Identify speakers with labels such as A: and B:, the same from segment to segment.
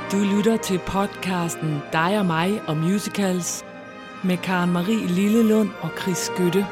A: Du lytter til podcasten Dig og mig og musicals med Karen Marie Lillelund og Chris Skytte.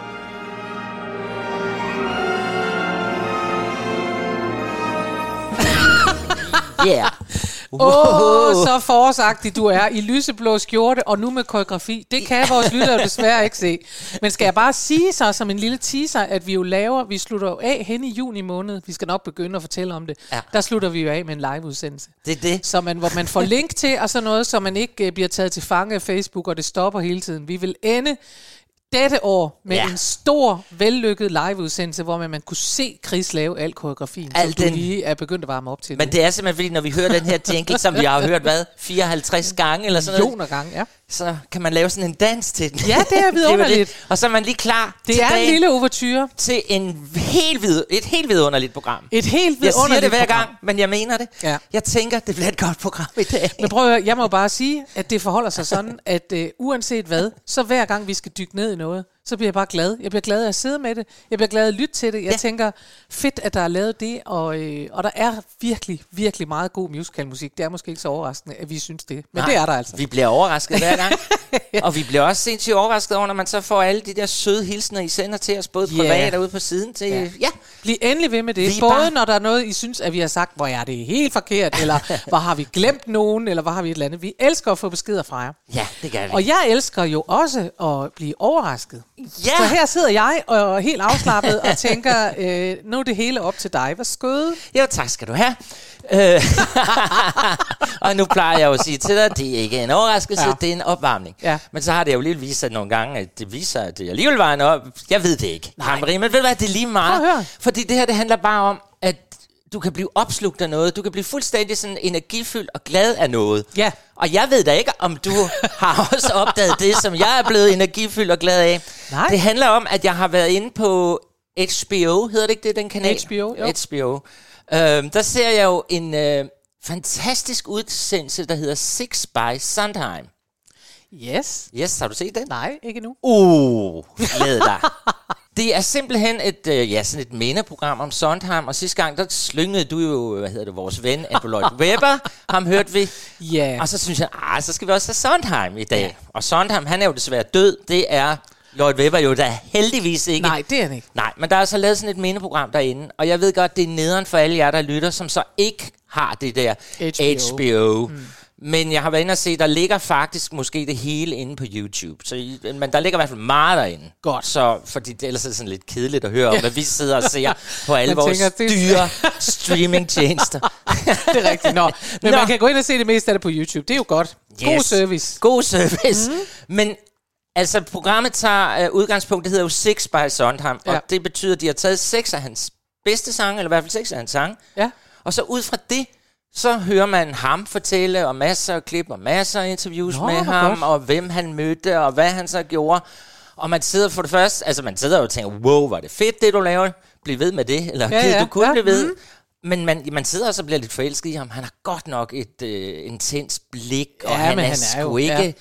B: Yeah.
C: Så forårsagtig du er i lyseblå skjorte og nu med koreografi. Det kan vores lyttere desværre ikke se. Men skal jeg bare sige så som en lille teaser, at vi slutter jo af hen i juni måned. Vi skal nok begynde at fortælle om det. Ja. Der slutter vi jo af med en liveudsendelse.
B: Det er det.
C: Så hvor man får link til og sådan noget, så man ikke bliver taget til fange af Facebook, og det stopper hele tiden. Vi vil ende dette år med en stor, vellykket liveudsendelse, hvor man kunne se Chris lave al koreografien, som du lige er begyndt at varme op til.
B: Men det er simpelthen fordi, når vi hører den her jingle, som vi har hørt, 54 gange eller sådan noget.
C: Millioner gange, ja.
B: Så kan man lave sådan en dans til den.
C: Ja, det er vidunderligt.
B: Og så er man lige klar
C: det er en lille ouverture
B: til et helt vidunderligt program.
C: Et helt vidunderligt
B: Jeg siger det hver
C: program.
B: gang, men jeg mener det. Ja. Jeg tænker, det bliver et godt program i dag.
C: Men prøv at høre, jeg må bare sige, at det forholder sig sådan, at uanset hvad, så hver gang vi skal dykke ned i noget, så bliver jeg bare glad. Jeg bliver glad af at sidde med det. Jeg bliver glad af at lytte til det. Jeg tænker, fedt, at der er lavet det. Og der er virkelig, virkelig meget god musicalmusik. Det er måske ikke så overraskende, at vi synes det. Men det er der altså.
B: Vi bliver overrasket hver gang. Og vi bliver også sindssygt overrasket over, når man så får alle de der søde hilsner, I sender til os, både privat og ude på siden. Til,
C: Bliv endelig ved med det. Både når der er noget, I synes, at vi har sagt, hvor er det helt forkert, eller hvor har vi glemt nogen, eller hvor har vi et eller andet. Vi elsker at få beskeder fra jer.
B: Ja, det gør vi.
C: Og jeg elsker jo også at blive overrasket.
B: Ja.
C: Så her sidder jeg og helt afslappet og tænker, nu er det hele op til dig. Hvad skød?
B: Jo, tak skal du have. Og nu plejer jeg jo at sige til dig, det er ikke en overraskelse, det er en opvarmning. Ja. Men så har det jo lige vist sig nogle gange, at det viser, at det alligevel var en jeg ved det ikke. Nej. Marie, men ved du hvad, det er lige meget. Fordi det her, det handler bare om, at du kan blive opslugt af noget. Du kan blive fuldstændig sådan energifyldt og glad af noget.
C: Ja.
B: Og jeg ved da ikke, om du har også opdaget det, som jeg er blevet energifyldt og glad af. Nej. Det handler om, at jeg har været inde på HBO. Hedder det ikke det, den kanal? HBO. Der ser jeg jo en fantastisk udsendelse, der hedder Six by Sondheim. Yes, har du set den?
C: Nej, ikke nu.
B: Glæd dig. Det er simpelthen sådan et mindeprogram om Sondheim, og sidste gang, der slyngede du jo, vores ven, Andrew Lloyd Webber, ham hørte vi.
C: Yeah.
B: Og så synes jeg, så skal vi også have Sondheim i dag. Yeah. Og Sondheim, han er jo desværre død, det er Lloyd Webber jo da heldigvis ikke.
C: Nej, det er han ikke.
B: Nej, men der er altså lavet sådan et mindeprogram derinde, og jeg ved godt, det er nederen for alle jer, der lytter, som så ikke har det der HBO. Men jeg har været inde og se, der ligger faktisk måske det hele inde på YouTube. Men der ligger i hvert fald meget derinde.
C: Godt.
B: Så, fordi det ellers er sådan lidt kedeligt at høre om, hvad vi sidder og ser på alle vores dyre streamingtjenester.
C: Det er rigtigt. Men man kan gå ind og se det meste af det på YouTube. Det er jo godt. Yes. God service. Men altså, programmet tager udgangspunkt, det hedder jo Six by Sondheim. Og det betyder, at de har taget 6 af hans bedste sange, eller i hvert fald 6 af hans sange. Ja. Og så ud fra det, så hører man ham fortælle, og masser af klip, og masser af interviews med ham, og hvem han mødte, og hvad han så gjorde. Og man sidder for det første, altså man sidder og tænker, wow, var det fedt, det du laver? Bliv ved med det, eller du kunne blive ved. Men man sidder og så bliver lidt forelsket i ham. Han har godt nok et intens blik, og han er sgu ikke...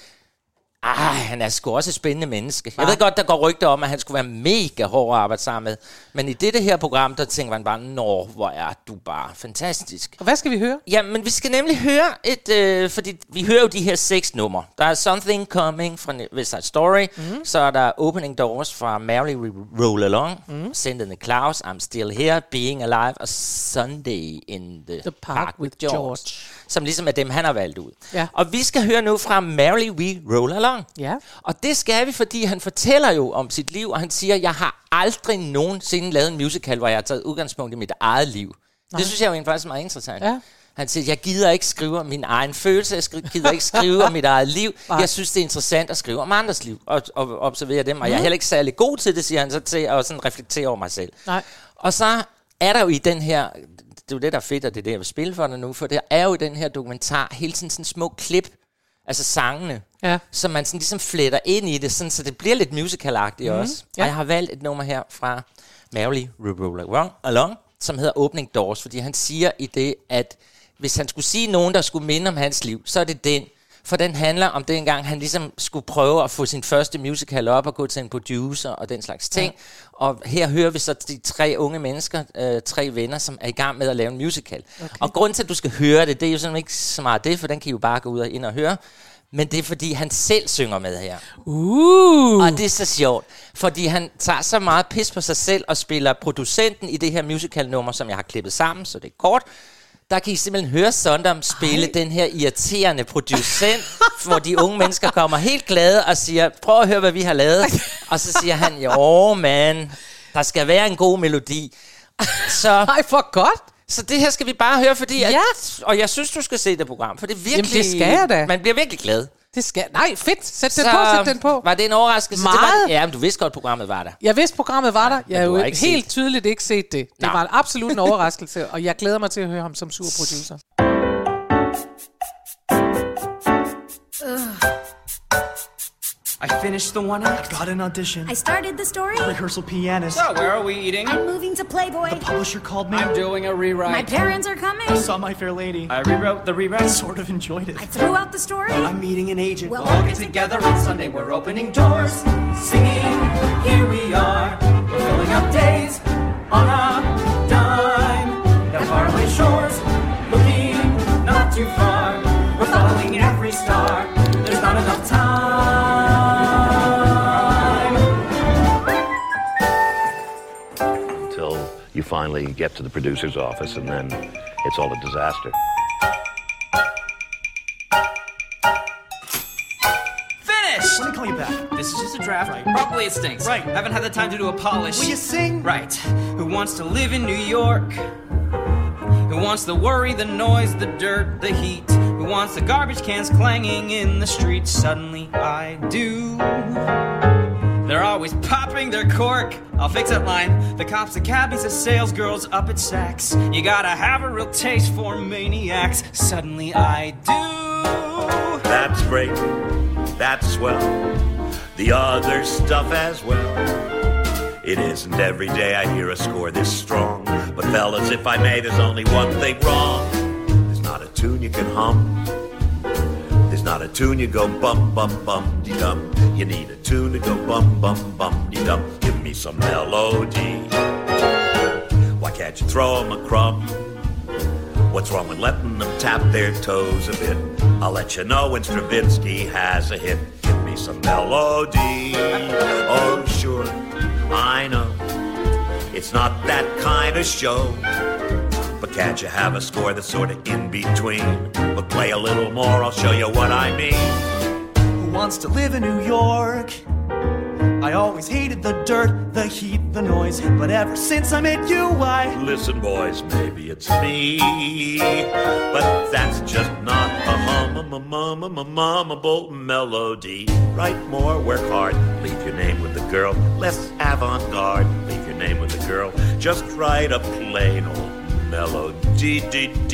C: han er sgu også et spændende menneske. Jeg ved godt, der går rygter om, at han skulle være mega hård at arbejde sammen med. Men i det her program, der tænker man bare, hvor er du bare fantastisk. Og hvad skal vi høre?
B: Ja, men vi skal nemlig høre fordi vi hører jo de her 6 numre. Der er Something Coming fra West Side Story. Så er der Opening Doors fra Merrily We Roll Along. Send in the Clouds, I'm Still Here, Being Alive og Sunday in the Park with George. Som ligesom er dem, han har valgt ud. Ja. Og vi skal høre nu fra Merrily We Roll Along. Ja. Og det skal vi, fordi han fortæller jo om sit liv, og han siger, jeg har aldrig nogensinde lavet en musical, hvor jeg har taget udgangspunkt i mit eget liv. Nej. Det synes jeg jo faktisk er meget interessant. Ja. Han siger, jeg gider ikke skrive om min egen følelse, jeg gider ikke skrive om mit eget liv. Jeg synes, det er interessant at skrive om andres liv, og observere dem. Og jeg er heller ikke særlig god til det, siger han så, til at sådan reflektere over mig selv. Nej. Og så er der jo i den her... Det er jo det, der er fedt, og det er det, jeg vil spille for dig nu, for det er jo i den her dokumentar hele tiden sådan små klip, altså sangene, som man sådan ligesom fletter ind i det, sådan, så det bliver lidt musical-agtigt også. Ja. Og jeg har valgt et nummer her fra Merrily We Roll Along, som hedder Opening Doors, fordi han siger i det, at hvis han skulle sige nogen, der skulle minde om hans liv, så er det den, for den handler om det engang, han ligesom skulle prøve at få sin første musical op og gå til en producer og den slags ting. Ja. Og her hører vi så de 3 unge mennesker, 3 venner, som er i gang med at lave en musical. Okay. Og grunden til, at du skal høre det, det er jo sådan ikke så meget det, for den kan I jo bare gå ud og ind og høre. Men det er, fordi han selv synger med her. Og det er så sjovt, fordi han tager så meget pis på sig selv og spiller producenten i det her musical-nummer, som jeg har klippet sammen, så det er kort. Der kan I simpelthen høre Sondheim spille den her irriterende producent, hvor de unge mennesker kommer helt glade og siger, prøv at høre, hvad vi har lavet. Og så siger han, jo man, der skal være en god melodi. Så,
C: for godt.
B: Så det her skal vi bare høre, fordi og jeg synes, du skal se det program, for det er virkelig...
C: Jamen, det skal jeg da.
B: Man bliver virkelig glad.
C: Det skal... Nej, fedt. Sæt den på.
B: Var det en overraskelse?
C: Meget.
B: Ja, men du vidste godt, programmet var der.
C: Jeg vidste, programmet var der. Jeg har jo helt tydeligt ikke set det. Det var en absolut en overraskelse, og jeg glæder mig til at høre ham som surproducer.
D: I finished the one act.
E: Got an audition.
F: I started the story.
E: Rehearsal pianist.
D: So, where are we eating?
F: I'm moving to Playboy.
E: The publisher called me.
D: I'm doing a rewrite.
F: My parents are coming.
E: I saw My Fair Lady.
D: I rewrote the rewrite.
E: Sort of enjoyed it.
F: I threw out the story.
E: I'm meeting an agent.
F: We'll
D: all get together on Sunday. We're opening doors, singing. Here we are. We're filling up days on a dime. Down faraway shores, looking not too far. We're following every star. There's not enough time.
G: You finally get to the producer's office, and then it's all a disaster.
D: Finished!
E: Let me call you back.
D: This is just a draft.
E: Right.
D: Probably it stinks.
E: Right.
D: Haven't had the time to do a polish.
E: Will you sing?
D: Right. Who wants to live in New York? Who wants the worry, the noise, the dirt, the heat? Who wants the garbage cans clanging in the street? Suddenly I do. They're always popping their cork. I'll fix that line. The cops, the cabbies, the sales girls up at Saks. You gotta have a real taste for maniacs. Suddenly I do.
G: That's great. That's swell. The other stuff as well. It isn't every day I hear a score this strong. But fellas, if I may, there's only one thing wrong. There's not a tune you can hum. There's not a tune you go bum bum bum de dum. You need a tune to go bum bum bum de dum. Give me some melody. Why can't you throw 'em a crumb? What's wrong with letting them tap their toes a bit? I'll let you know when Stravinsky has a hit. Give me some melody. Oh sure, I know it's not that kind of show. But can't you have a score that's sort of in between? But play a little more, I'll show you what I mean.
E: Who wants to live in New York? I always hated the dirt, the heat, the noise. But ever since I met you,
G: Listen boys, maybe it's me, but that's just not a hummable melody. Write more, work hard, leave your name with the girl. Less avant-garde, leave your name with the girl. Just write a plain old melody.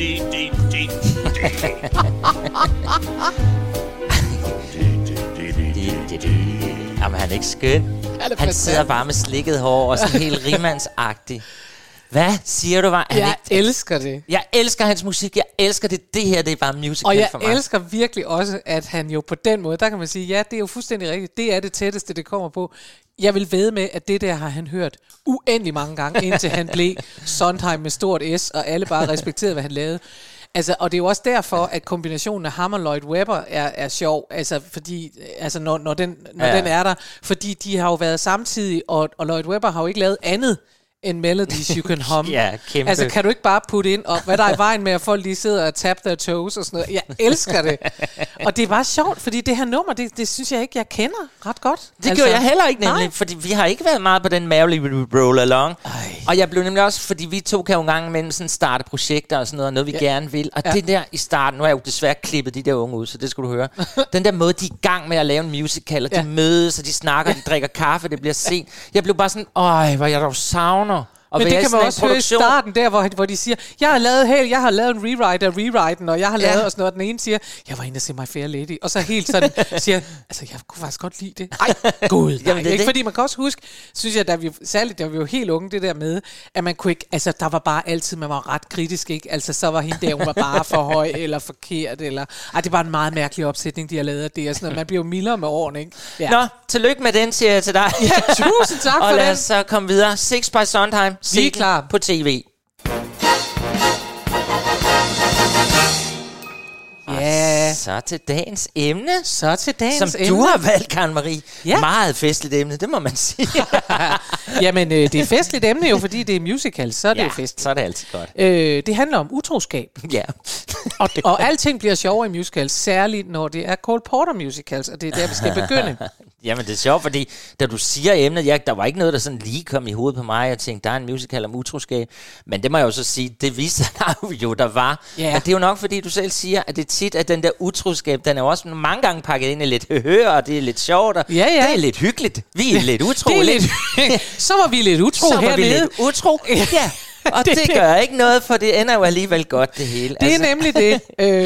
B: Jamen, han er ikke skøn. Han sidder bare med slikket hår og sådan helt rimandsagtig. Hvad siger du?
C: Jeg elsker det.
B: Jeg elsker hans musik. Jeg elsker det. Det her, det er bare musical for mig.
C: Og jeg elsker virkelig også, at han jo på den måde, der kan man sige, ja, det er jo fuldstændig rigtigt. Det er det tætteste, det kommer på. Jeg vil vædde med, at det der har han hørt uendelig mange gange, indtil han blev Sondheim med stort S, og alle bare respekterede, hvad han lavede. Altså, og det er jo også derfor, at kombinationen af ham og Lloyd Webber er sjov, altså fordi, altså når den er der, fordi de har jo været samtidig, og Lloyd Webber har jo ikke lavet andet end Melodies You Can Hum.
B: Ja, kæmpe.
C: Altså, kan du ikke bare putte ind, og hvad der er i vejen med, at folk lige sidder og tap their toes og sådan noget. Jeg elsker det. Og det er bare sjovt, fordi det her nummer, det synes jeg ikke, jeg kender ret godt.
B: Det gjorde jeg heller ikke nemlig, fordi vi har ikke været meget på den Merrily Roll Along. Og jeg blev nemlig også, fordi vi to kan jo en gang imellem sådan starte projekter og sådan noget vi gerne vil. Og det der i starten, nu er jeg jo desværre klippet de der unge ud, så det skulle du høre. Den der måde, de er i gang med at lave en musical, og de mødes, og de snakker, de drikker kaffe, det bliver sent. Jeg blev bare sådan, hvor jeg dog savner
C: Men det kan man også høre i starten der, hvor de siger, jeg har lavet en rewrite af rewriten, og jeg har lavet og sådan noget. Den ene siger, jeg var inde og se My Fair Lady. Og så helt sådan siger, altså jeg kunne faktisk godt lide det. Ej, gud. Jamen, ikke? Fordi man kan også huske, synes jeg, særligt da vi var helt unge, det der med, at man kunne ikke, altså der var bare altid, man var ret kritisk, ikke? Altså så var hende der, hun var bare for høj eller forkert, eller det var en meget mærkelig opsætning, de har lavet af det, og sådan noget. Man bliver jo mildere med årene, ikke? Ja.
B: Nå, tillykke med den, siger jeg til dig.
C: Ja, tusind tak for
B: og
C: den.
B: lad os så komme videre. Six by Sondheim.
C: Vi er klar.
B: På TV.
C: Ja.
B: Så til dagens emne.
C: Som
B: du har valgt, Karen Marie. Ja. Meget festligt emne, det må man sige.
C: Jamen, det er festligt emne jo, fordi det er musical, så er det jo fest.
B: Så er det altid godt.
C: Det handler om utroskab.
B: Ja.
C: og alting bliver sjovere i musicals, særligt når det er Cole Porter musicals, og det er der, vi skal begynde.
B: Jamen, det er sjovt, fordi da du siger emnet, der var ikke noget, der sådan lige kom i hovedet på mig. Jeg tænkte, der er en musical om utroskab. Men det må jeg jo så sige, det viste sig jo, der var. Yeah. Men det er jo nok, fordi du selv siger, at det tit, at den der utroskab, den er jo også mange gange pakket ind i lidt høhør, og det er lidt sjovt, og det er lidt hyggeligt. Vi er lidt utro.
C: Så var vi lidt utro hernede.
B: Så var vi lidt utro, ja. Og det gør ikke noget, for det ender jo alligevel godt, det hele.
C: Det er nemlig det.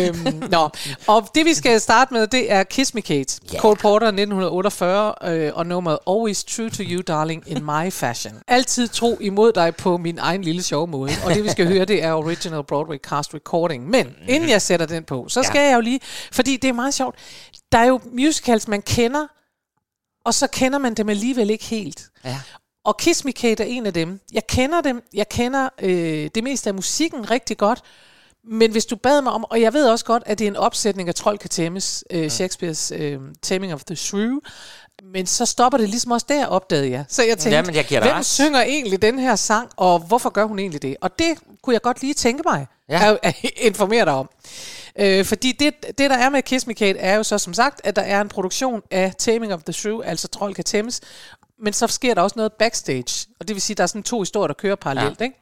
C: Og det, vi skal starte med, det er Kiss Me Kate. Cole Porter 1948, og nummeret Always True to You, Darling, in My Fashion. Altid tro imod dig på min egen lille sjove måde. Og det, vi skal høre, det er Original Broadway Cast Recording. Men inden jeg sætter den på, så skal jeg jo lige... Fordi det er meget sjovt. Der er jo musicals, man kender, og så kender man dem alligevel ikke helt. Ja. Og Kiss Me Kate er en af dem. Jeg kender det meste af musikken rigtig godt, men hvis du bad mig om, og jeg ved også godt, at det er en opsætning af Trold kan tæmmes, Shakespeares Taming of the Shrew, men så stopper det ligesom også der, opdagede jeg. Så jeg tænkte, hvem synger egentlig den her sang, og hvorfor gør hun egentlig det? Og det kunne jeg godt lige tænke mig at informere dig om. Fordi det, der er med Kiss Me Kate, er jo så som sagt, at der er en produktion af Taming of the Shrew, altså Trold kan tæmmes, men så sker der også noget backstage, og det vil sige, at der er sådan 2 historier, der kører parallelt, ikke?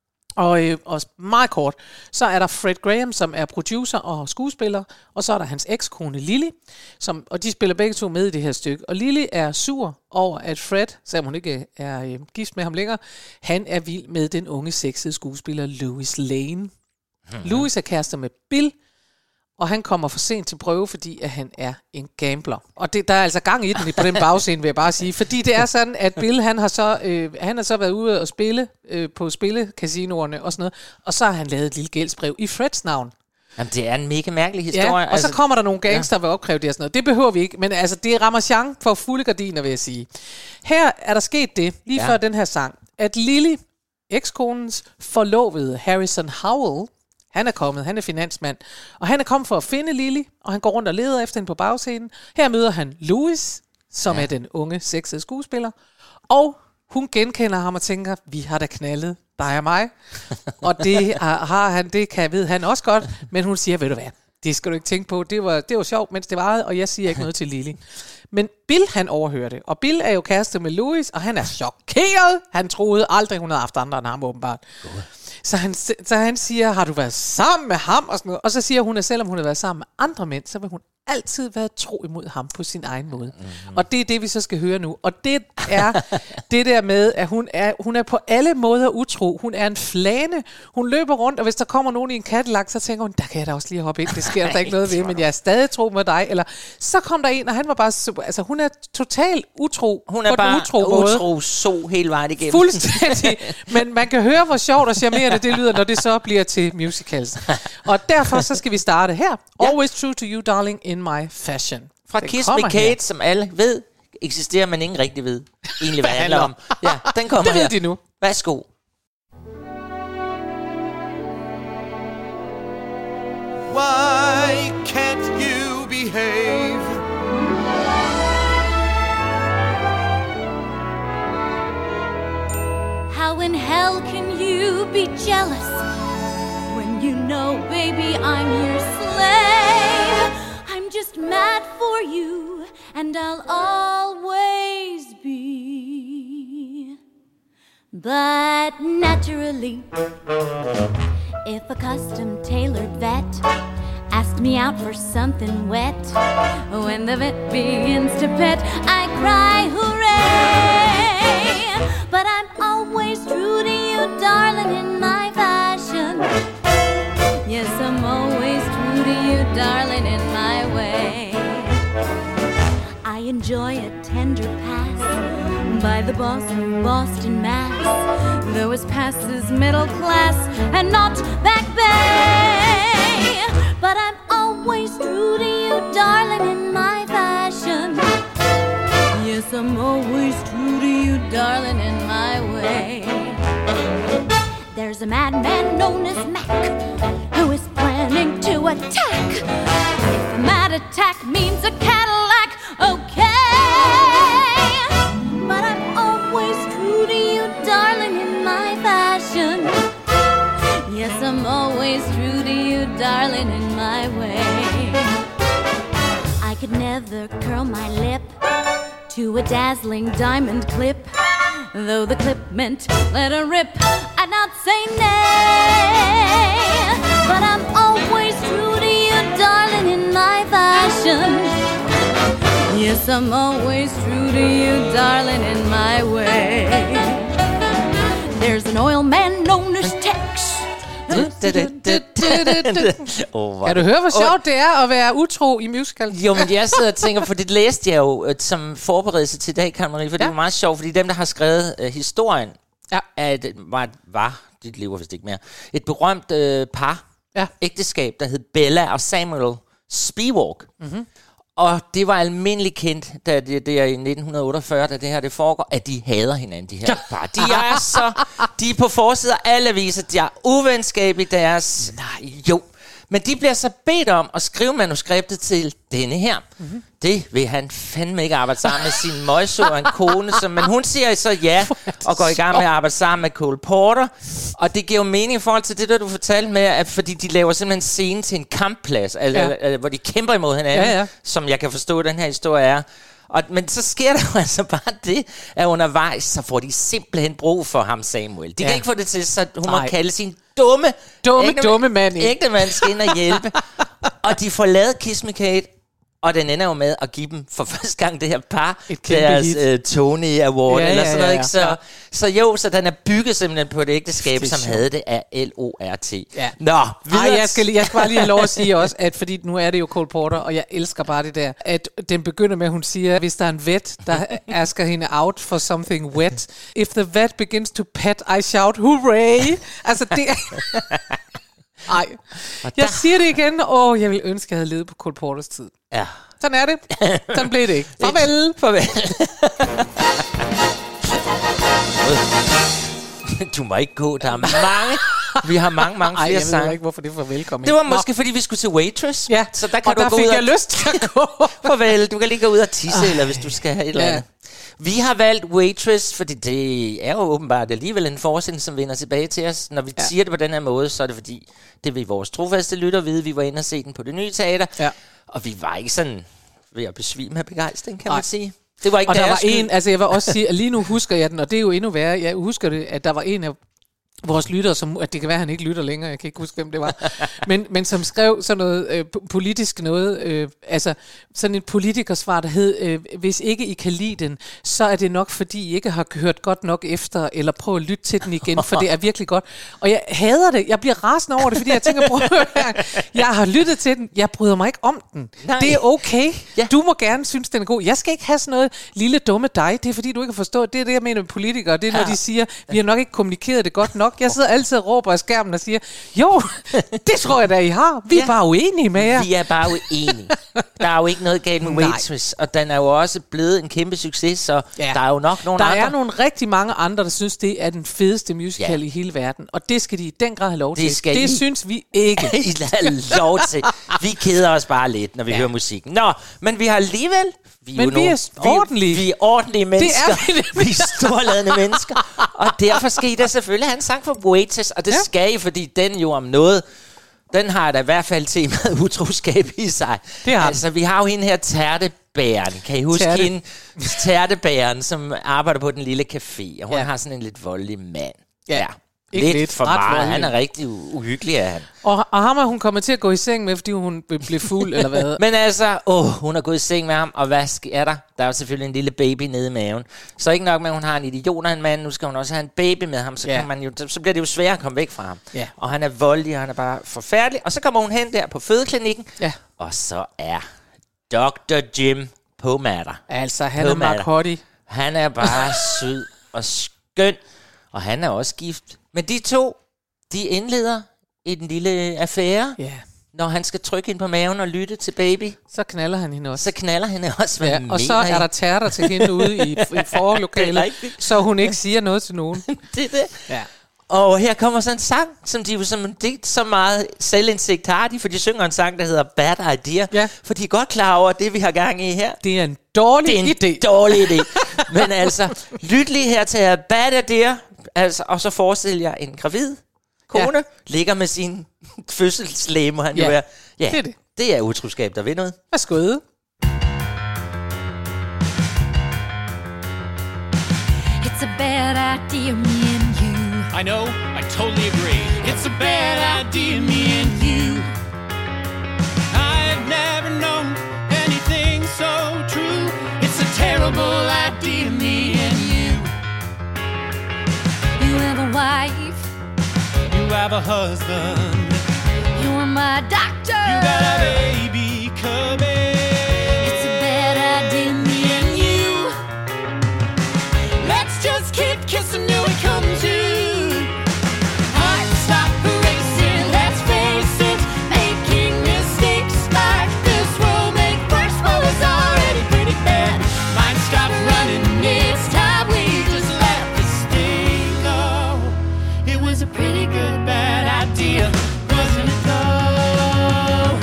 C: Og meget kort, så er der Fred Graham, som er producer og skuespiller, og så er der hans ekskone Lily, og de spiller begge 2 med i det her stykke. Og Lily er sur over, at Fred, selvom hun ikke er gift med ham længere, han er vild med den unge sexede skuespiller Louis Lane. Louis er kærester med Bill, og han kommer for sent til prøve, fordi at han er en gambler. Og der er altså gang i den på den bagscene, vil jeg bare sige. Fordi det er sådan, at Bill, han har så været ude og spille på spillecasinoerne og sådan noget. Og så har han lavet et lille gældsbrev i Freds navn.
B: Jamen, det er en mega mærkelig historie.
C: Ja, og så kommer der nogle gangster ved at opkræve det og sådan noget. Det behøver vi ikke, men altså, det er Ramachan for fulde gardiner, vil jeg sige. Her er der sket det, lige før den her sang, at Lily, ekskonens forlovede Harrison Howell, han er kommet, han er finansmand, og han er kommet for at finde Lily, og han går rundt og leder efter hende på bagscenen. Her møder han Louis, som er den unge, sexede skuespiller, og hun genkender ham og tænker, vi har da knaldet, dig og mig. Og det har han, ved han også godt, men hun siger, ved du hvad, det skal du ikke tænke på, det var sjovt, mens det varede, og jeg siger ikke noget til Lily. Men Bill, han overhører det, og Bill er jo kæreste med Louis, og han er chokeret. Han troede aldrig, hun havde haft andre end ham, åbenbart. Så han siger, har du været sammen med ham? Og sådan noget. Og så siger hun, at selvom hun har været sammen med andre mænd, så vil hun altid være tro imod ham på sin egen måde. Og det er det, vi så skal høre nu. Og det er det der med, at hun er på alle måder utro. Hun er en flane. Hun løber rundt, og hvis der kommer nogen i en Cadillac, så tænker hun, der kan jeg da også lige hoppe ind. Det sker der ikke noget ved, men jeg er stadig tro med dig. Eller så kom der en, og han var bare super. Altså, hun er totalt utro.
B: Hun er bare utro så hele vejen igennem.
C: Fuldstændig. Men man kan høre, hvor sjovt og charmerende det lyder, når det så bliver til musicals. Og derfor så skal vi starte her. Always True to You, Darling, in My Fashion.
B: Fra Kiss Me Kate, som alle ved, eksisterer, men ingen rigtig ved egentlig, hvad det handler om. Ja, den kommer
C: det
B: her.
C: ved de nu.
B: Værsgo.
E: Why can't you behave?
H: How in hell can you be jealous when you know, baby, I'm your slave? I'm just mad for you, and I'll always be. But naturally, if a custom-tailored vet asked me out for something wet, when the vet begins to pet, I cry hooray. But I'm always true to you, you, darling, in my fashion. Yes, I'm always true to you, darling, in my way. I enjoy a tender pass by the boss of Boston, Mass. Though his past is middle class and not Back Bay. But I'm always true to you, darling, in my fashion. Yes, I'm always true to you, darling, in my way. There's a madman known as Mac who is planning to attack. If a mad attack means a Cadillac, okay. But I'm always true to you, darling, in my fashion. Yes, I'm always true to you, darling, in my way. I could never curl my lip to a dazzling diamond clip. Though the clip meant let her rip, I'd not say nay. But I'm always true to you, darling, in my fashion. Yes, I'm always true to you, darling, in my way. There's an oil man known as Tex.
C: Kan du høre, hvor sjovt det er at være utro i musical?
B: Jo, men jeg sidder og tænker, for det læste jeg jo som forberedelse til i dag, Karen Marie, for det er meget sjovt, fordi dem, der har skrevet historien, var, dit lever vist ikke mere, et berømt par, ægteskab, der hed Bella og Samuel Spivak. Mm-hmm. Og det var almindeligt kendt, da det er i 1948, da det her det foregår, at de hader hinanden, de her par. De er på forsiden af alle aviser, de er uvenskabelige deres... Nej, jo. Men de bliver så bedt om at skrive manuskriptet til denne her. Mm-hmm. Det vil han fandme ikke arbejde sammen med sin møjsø og en kone. Men hun siger så ja, og går i gang med at arbejde sammen med Cole Porter. Og det giver jo mening i forhold til det, der du fortalte med, at fordi de laver simpelthen en scene til en kampplads, hvor de kæmper imod hinanden, som jeg kan forstå, den her historie er. Men så sker der jo altså bare det, at undervejs, så får de simpelthen brug for ham, Samuel. De kan ikke få det til, så hun må kalde sin dumme mand skal ind og hjælpe. Og de får lavet Kiss Me Kate, og den ender jo med at give dem for første gang det her par deres Tony Award eller sådan noget, ikke? Så den er bygget simpelthen på et ægteskab, som havde det af LORT. Ja. Nå,
C: jeg skal bare lige have lov at sige også, at fordi nu er det jo Cole Porter, og jeg elsker bare det der, at den begynder med, at hun siger, hvis der er en vet, der asker hende out for something wet, if the vet begins to pet, I shout, hooray! Altså det ej, jeg siger det igen. Jeg ville ønske, at jeg havde levet på Cole Porters tid.
B: Ja.
C: Sådan er det. Sådan blev det ikke. Farvel.
B: Du må ikke gå. Der er mange. Vi har mange flere sange.
C: Jeg ved ikke, hvorfor det var velkommen.
B: Det var måske, fordi vi skulle til Waitress.
C: Ja,
B: så der kan
C: og der fik jeg lyst til at gå.
B: Farvel. Du kan lige gå ud og tisse, eller hvis du skal have et eller andet. Vi har valgt Waitress, fordi det er jo åbenbart alligevel en forestilling, som vender tilbage til os. Når vi siger det på den her måde, så er det fordi, det vil vores trofaste lytter vide. Vi var inde og se den på Det Nye Teater, og vi var ikke sådan ved at besvime af begejstring, kan man sige. Det var ikke
C: og der var en, altså jeg vil også sige, at lige nu husker jeg den, og det er jo endnu værre. Jeg husker det, at der var en af vores lyttere, som, at det kan være, at han ikke lytter længere, jeg kan ikke huske, hvem det var, men som skrev sådan noget politisk noget, altså sådan et politikersvar, der hed, hvis ikke I kan lide den, så er det nok, fordi I ikke har hørt godt nok efter, eller prøv at lytte til den igen, for det er virkelig godt. Og jeg hader det, jeg bliver rasende over det, fordi jeg tænker, jeg har lyttet til den, jeg bryder mig ikke om den. Nej. Det er okay, du må gerne synes, den er god. Jeg skal ikke have sådan noget lille dumme dig, det er fordi, du ikke har forstået, det er det, jeg mener med politikere, det er når de siger, vi har nok ikke kommunikeret det godt nok. Jeg sidder altid og råber af skærmen og siger, jo, det tror jeg da, I har. Vi er bare uenige med jer.
B: Vi er bare uenige. Der er jo ikke noget galt med Waitress, og den er jo også blevet en kæmpe succes, så der er jo nok nogle andre.
C: Der er nogle rigtig mange andre, der synes, det er den fedeste musical i hele verden, og det skal de i den grad have lov til. Det synes vi ikke.
B: I have lov til. Vi keder os bare lidt, når vi hører musikken. Nå, men vi har alligevel... Vi er ordentlige. Vi er ordentlige mennesker. Vi er storladende mennesker. Og derfor skal I da selvfølgelig have en sang for Waitress. Og det skal I, fordi den jo om noget... Den har da i hvert fald temaet utroskab i sig. Altså, vi har jo hende her Tærtebæren. Kan I huske hende? Tærtebæren, som arbejder på den lille café. Og hun har sådan en lidt voldelig mand. Ja. Lidt for meget. Han er rigtig uhyggelig af han.
C: Og ham er hun kommet til at gå i seng med, fordi hun blev fuld, eller hvad?
B: Men altså, hun er gået i seng med ham, og hvad sker der? Der er jo selvfølgelig en lille baby nede i maven. Så ikke nok med, at hun har en idiot af en mand, nu skal hun også have en baby med ham, så bliver det jo svært at komme væk fra ham. Ja. Og han er voldelig, og han er bare forfærdelig. Og så kommer hun hen der på fødeklinikken, og så er Dr. Jim på matter.
C: Altså, han er Mark Hottie.
B: Han er bare sød og skøn, og han er også gift. Men de to, de indleder i den lille affære. Ja. Når han skal trykke hende på maven og lytte til baby.
C: Så knaller han hende også.
B: Så knaller hende også.
C: Ja, og så er der tærter til hende ude i forlokalet, så hun ikke siger noget til nogen.
B: Det er det. Ja. Og her kommer så en sang, som de jo som digt så meget selvindsigt har de, for de synger en sang, der hedder Bad Idea. Ja. For de er godt klar over, det vi har gang i her.
C: Det er en dårlig
B: idé. Men altså, lyt lige her til Bad Idea. Altså, og så forestil jer en gravid kone, ligger med sin fødselslæge, må han jo være. Ja, det er utroskab, der ved noget.
C: Værsgo.
H: It's a bad idea, me and you.
I: I know, I totally agree. It's a bad idea, me and you. I've never known anything so true. It's a terrible idea, me and you.
H: You have a wife.
I: You have a husband.
H: You're my doctor.
I: You got a baby coming.
H: It's a bad idea, me and you.
I: Let's just keep kissing till we come to. Heart stop racing, let's face it. Making mistakes like this will make worse what was already pretty bad. Mind stop running, it's time we just let this thing go. It was a pretty good bad idea, wasn't it though?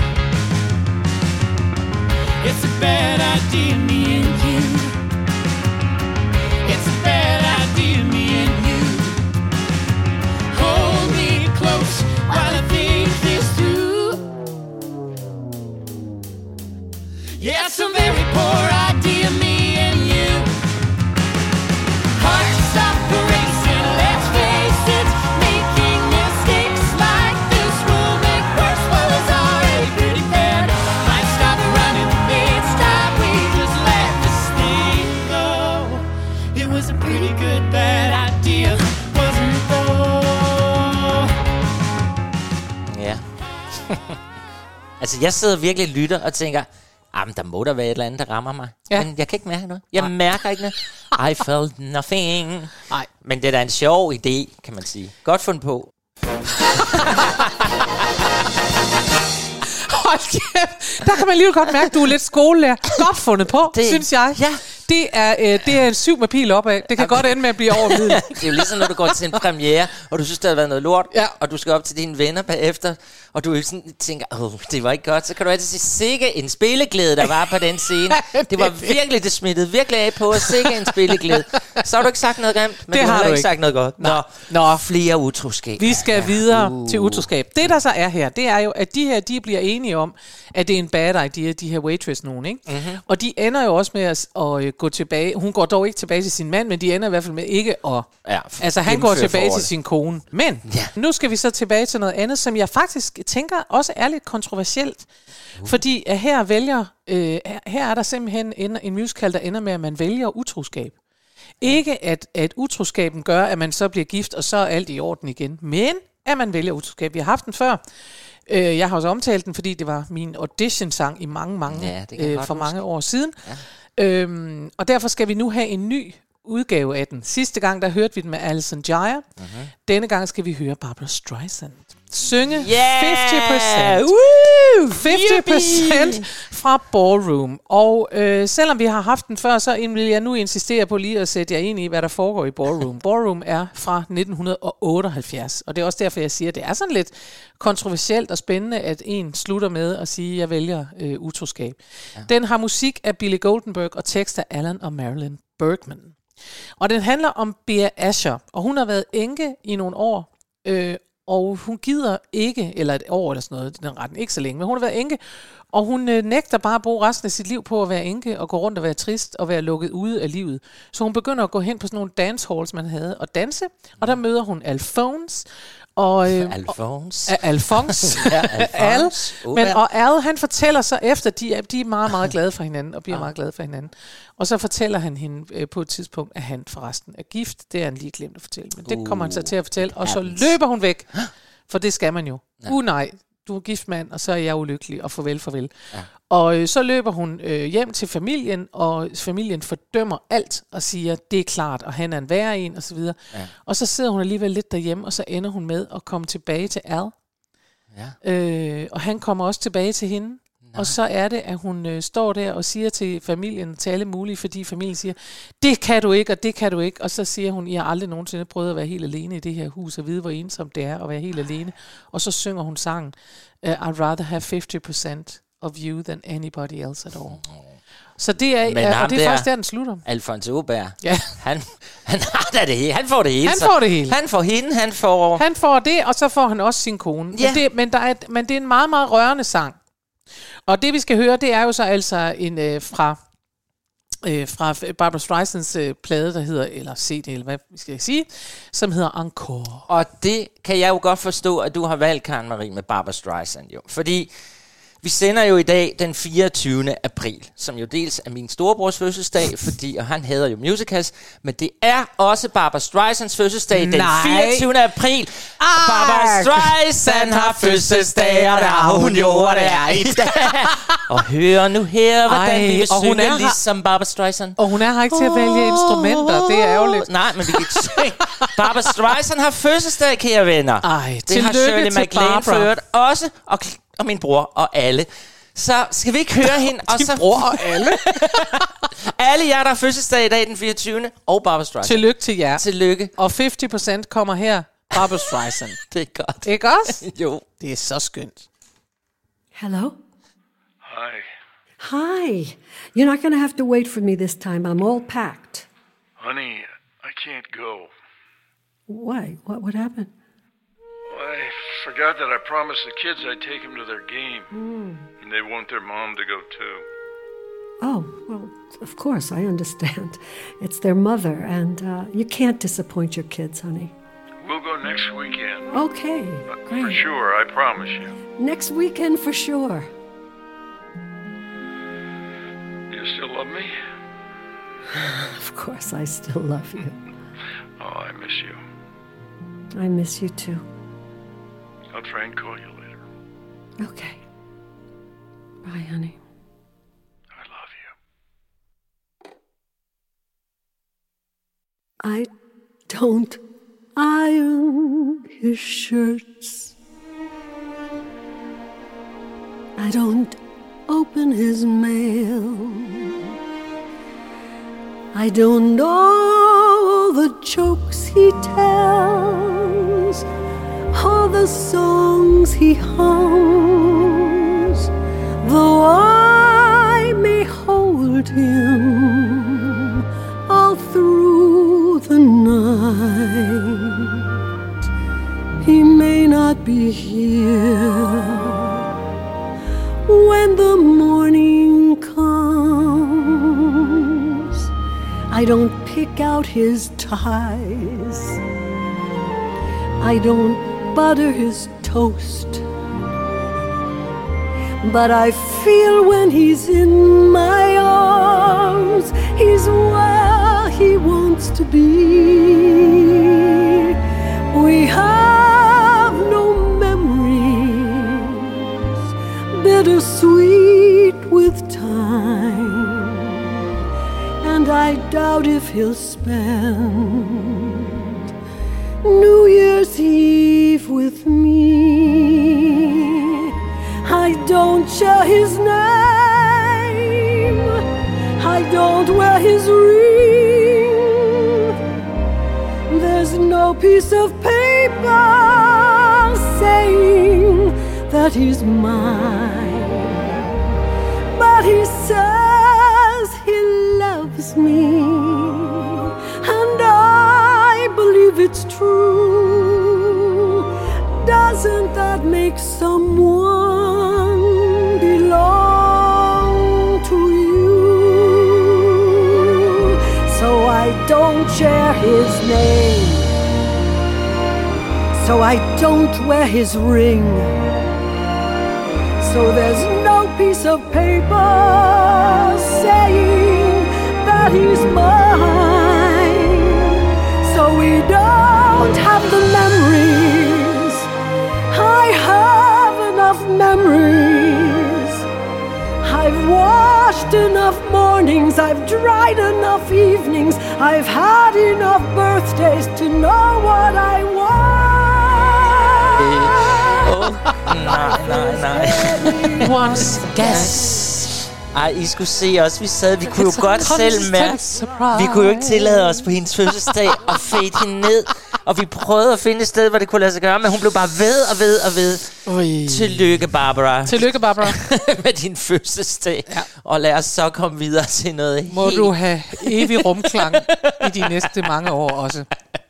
I: It's a bad idea, me and you. It's a bad idea, me and you. Hold me close while I think this through. Yeah, it's a very poor idea, me and you. Heart stop racing, let's face it. Making mistakes like this will make worse what was already pretty bad. Might stop running, it's time we just let this thing go. It was a pretty good bad idea, wasn't it though?
B: Ja. Altså, jeg sidder virkelig og lytter og tænker, men der må der være et eller andet, der rammer mig. Ja. Men jeg kan ikke mærke noget. Jeg mærker ikke noget. I felt nothing. Nej. Men det er da en sjov idé, kan man sige. Godt fundet på.
C: Hold kæft. Der kan man lige godt mærke, at du er lidt skolelærer. Godt fundet på, synes jeg. Ja. Det er en 7 med pil opad. Det kan godt ende med at blive over middel.
B: Det er jo ligesom, når du går til en premiere, og du synes, der har været noget lort, og du skal op til dine venner bagefter, og du sådan tænker, det var ikke godt. Så kan du altid sige, sikke en spilleglæde, der var på den scene. Det var virkelig, det smittede virkelig af på, at sikke en spilleglæde. Så har du ikke sagt noget grimt, men
C: det
B: du
C: har
B: ikke sagt noget godt. Nå. Flere utroskab.
C: Vi skal videre til utroskab. Det, der så er her, det er jo, at de bliver enige om, at det er en bad idea, de her waitress nogen, ikke? Mm-hmm. Og de ender jo også med at gå tilbage. Hun går dog ikke tilbage til sin mand, men de ender i hvert fald med ikke at... Ja, altså, han går tilbage til sin kone. Men nu skal vi så tilbage til noget andet, som jeg faktisk tænker også er lidt kontroversielt. Fordi her her er der simpelthen en musical, der ender med, at man vælger utroskab. Ikke at utroskaben gør, at man så bliver gift, og så er alt i orden igen. Men at man vælger utroskab. Vi har haft den før. Jeg har også omtalt den, fordi det var min audition-sang i mange år siden. Ja. Og derfor skal vi nu have en ny udgave af den. Sidste gang, der hørte vi den med Alison Jaya. Uh-huh. Denne gang skal vi høre Barbra Streisand synge 50%. 50% fra Ballroom. Og selvom vi har haft den før, så vil jeg nu insistere på lige at sætte jer ind i, hvad der foregår i Ballroom. Ballroom er fra 1978, og det er også derfor, jeg siger, at det er sådan lidt kontroversielt og spændende, at en slutter med at sige, at jeg vælger utroskab. Ja. Den har musik af Billy Goldenberg og tekst af Alan og Marilyn Bergman. Og den handler om Bea Asher, og hun har været enke i nogle år, og hun gider ikke, eller et år eller sådan noget, den retten, ikke så længe, men hun har været enke, og hun nægter bare at bruge resten af sit liv på at være enke, og gå rundt og være trist, og være lukket ude af livet. Så hun begynder at gå hen på sådan nogle dancehalls, man havde, og danse, og der møder hun Alphonse, og
B: Alphonse.
C: Og Al, han fortæller så efter, de er meget, meget glade for hinanden, og bliver meget glade for hinanden. Og så fortæller han hende på et tidspunkt, at han forresten er gift. Det er han lige glemt at fortælle, men det kommer han så til at fortælle, og så løber hun væk, for det skal man jo. Nej, du er gift mand, og så er jeg ulykkelig, og farvel. Ja. Og så løber hun hjem til familien, og familien fordømmer alt, og siger, det er klart, og han er en værre en, og så videre. Ja. Og så sidder hun alligevel lidt derhjemme, og så ender hun med at komme tilbage til Al. Ja. Og han kommer også tilbage til hende. Nej. Og så er det, at hun står der og siger til familien, til alle mulige, fordi familien siger, det kan du ikke, og det kan du ikke. Og så siger hun, jeg har aldrig nogensinde prøvet at være helt alene i det her hus, og vide, hvor ensomt det er at være helt alene. Og så synger hun sangen, I'd rather have 50% of you than anybody else at all. Så det er, og det er faktisk der, den slutter.
B: Alphonse Åberg. Ja. Han har da det hele. Han får det hele. Han får hende,
C: Han får det, og så får han også sin kone. Ja. Men det er en meget, meget rørende sang. Og det vi skal høre, det er jo så altså en fra Barbra Streisands plade, der hedder, eller CD, eller hvad vi skal sige, som hedder Encore.
B: Og det kan jeg jo godt forstå, at du har valgt, Karen Marie, med Barbra Streisand jo. Fordi vi sender jo i dag den 24. april, som jo dels er min storebrors fødselsdag, og han hader jo musicals, men det er også Barbra Streisands fødselsdag den 24. april. Og Barbra Streisand har fødselsdag, og der har hun jo, og det er i dag. Og hør nu her, hvordan vi synger ligesom Barbra Streisand.
C: Og hun er her ikke til at vælge instrumenter, det er ærgerligt.
B: Nej, men vi kan synge. Barbra Streisand har fødselsdag, kære venner. Det har Shirley MacLaine ført også, og min bror og alle. Så skal vi ikke høre hende?
C: Din bror og alle?
B: Alle jer, der har fødselsdag i dag den 24. og Barbra Streisand.
C: Tillykke til jer.
B: Tillykke.
C: Og 50% kommer her, Barbra Streisand.
B: Det er godt.
C: Ikke også?
B: Jo.
C: Det er så skønt.
J: Hello?
K: Hi.
J: Hi. You're not going to have to wait for me this time. I'm all packed.
K: Honey, I can't go.
J: Why? What happened?
K: I forgot that I promised the kids I'd take them to their game. And they want their mom to go too.
J: Oh, well, of course, I understand. It's their mother, and you can't disappoint your kids, honey.
K: We'll go next weekend.
J: Okay, great.
K: For sure, I promise you.
J: Next weekend for sure.
K: You still love me?
J: Of course, I still love you.
K: Oh, I miss you.
J: I miss you too.
K: I'll try and call you later.
J: Okay. Bye, honey.
K: I love you.
J: I don't iron his shirts. I don't open his mail. I don't know the jokes he tells, all the songs he hums, though I may hold him all through the night. He may not be here when the morning comes. I don't pick out his ties. I don't butter his toast. But I feel when he's in my arms, he's where he wants to be. We have no memories, bittersweet with time. And I doubt if he'll spend New Year's Eve with me. I don't share his name, I don't wear his ring. There's no piece of paper saying that he's mine, but he says he loves me, and I believe it's true. doesn't that make someone belong to you? So I don't share his name, so I don't wear his ring, so there's no piece of paper saying that he's mine. So we don't have the memories. I have enough memories. I've washed enough mornings, I've dried enough evenings, I've had enough birthdays to know what I want.
B: Nej.
C: Once
B: gas. Ej, I skulle se os. Vi sad, vi kunne jo godt selv mærke. Vi kunne jo ikke tillade os på hendes fødselsdag at fade hende ned. Og vi prøvede at finde et sted, hvor det kunne lade sig gøre, men hun blev bare ved. Tillykke, Barbara.
C: Tillykke, Barbara.
B: Med din fødselsdag. Ja. Og lad os så komme videre til noget
C: Må du have evig rumklang i de næste mange år også.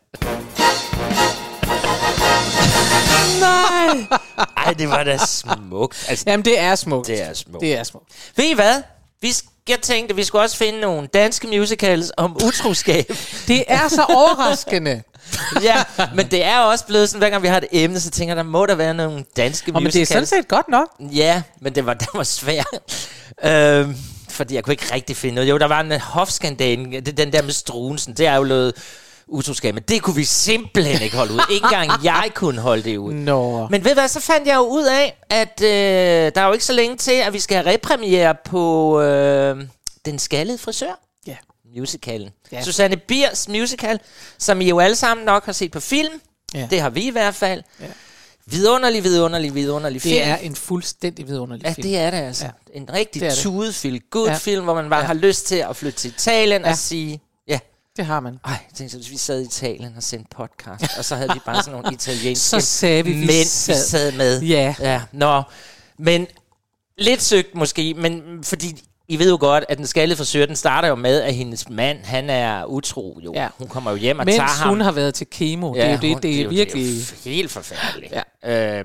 B: Nej. Ej, det var da smukt.
C: Altså, jamen, det er smukt.
B: Det er smukt.
C: Det er smukt.
B: Ved I hvad? Jeg tænkte, vi skulle også finde nogle danske musicals om utroskab.
C: Det er så overraskende.
B: Ja, men det er også blevet sådan, hver gang vi har et emne, så tænker jeg, der må der være nogle danske musicals.
C: Men det er sådan set godt nok.
B: Ja, men det var svært. Fordi jeg kunne ikke rigtig finde noget. Jo, der var en hofskandale, den der med Struensen, det er jo noget utroskab, men det kunne vi simpelthen ikke holde ud. Ikke engang jeg kunne holde det ud.
C: No.
B: Men ved hvad, så fandt jeg jo ud af, at der er jo ikke så længe til, at vi skal have repremiere på Den Skaldede Frisør.
C: Ja.
B: Musicalen. Ja. Susanne Biers musical, som I jo alle sammen nok har set på film. Ja. Det har vi i hvert fald. Ja. Vidunderlig film.
C: Det er en fuldstændig vidunderlig film.
B: Ja, det er det altså. Ja. En rigtig tudefilm, film, hvor man bare har lyst til at flytte til Italien og sige...
C: Det har man.
B: Ej, jeg tænkte, hvis vi sad i Italien og sendte podcast, og så havde vi bare sådan nogle italienske
C: så sagde vi,
B: mænd, vi sad med.
C: Ja.
B: Nå, men lidt søgt måske, men fordi I ved jo godt, at Den Skaldede Frisør, den starter jo med, at hendes mand, han er utro jo. Ja. Hun kommer jo hjem og tager ham.
C: Mens hun har været til kemo. Ja, det er virkelig...
B: Det er helt forfærdeligt. Ja.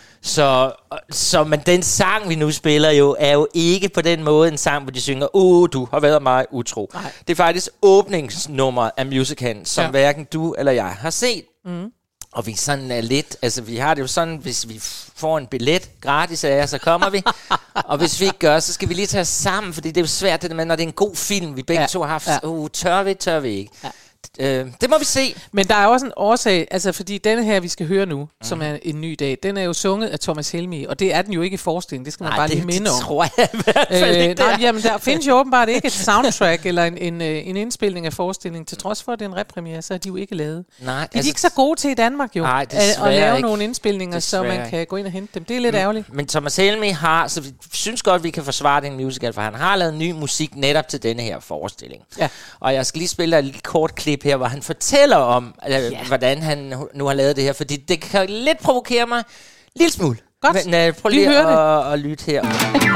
B: Så men den sang, vi nu spiller jo, er jo ikke på den måde en sang, hvor de synger, du har været mig utro. Nej. Det er faktisk åbningsnummer af musicalen, som hverken du eller jeg har set. Mm. Og vi sådan er lidt, altså vi har det jo sådan, hvis vi får en billet gratis af jer, så kommer vi. Og hvis vi ikke gør, så skal vi lige tage os sammen, fordi det er jo svært, det med, når det er en god film, vi begge to har haft. Tør vi ikke. Ja. Det må vi se.
C: Men der er også en årsag, altså fordi denne her, vi skal høre nu, som er En Ny Dag, den er jo sunget af Thomas Helmig, og det er den jo ikke i forestillingen, det skal man bare lige minde om.
B: Det tror jeg i hvert fald ikke.
C: Jamen, der findes jo åbenbart ikke et soundtrack eller en indspilning af forestillingen, til trods for, at det er en repremiere, så er de jo ikke lavet.
B: Nej,
C: de er ikke så gode til i Danmark jo,
B: nej,
C: at lave nogle indspilninger, så man kan gå ind og hente dem. Det er lidt ærgerligt.
B: Men Thomas Helmig har, så vi synes godt, vi kan forsvare den musical, for han har lavet ny musik netop til denne her forestilling. Ja. Og jeg skal lige spille et kort klip her, hvor han fortæller om, hvordan han nu har lavet det her, fordi det kan lidt provokere mig en lille smule.
C: Godt.
B: Men prøv lige at lytte her.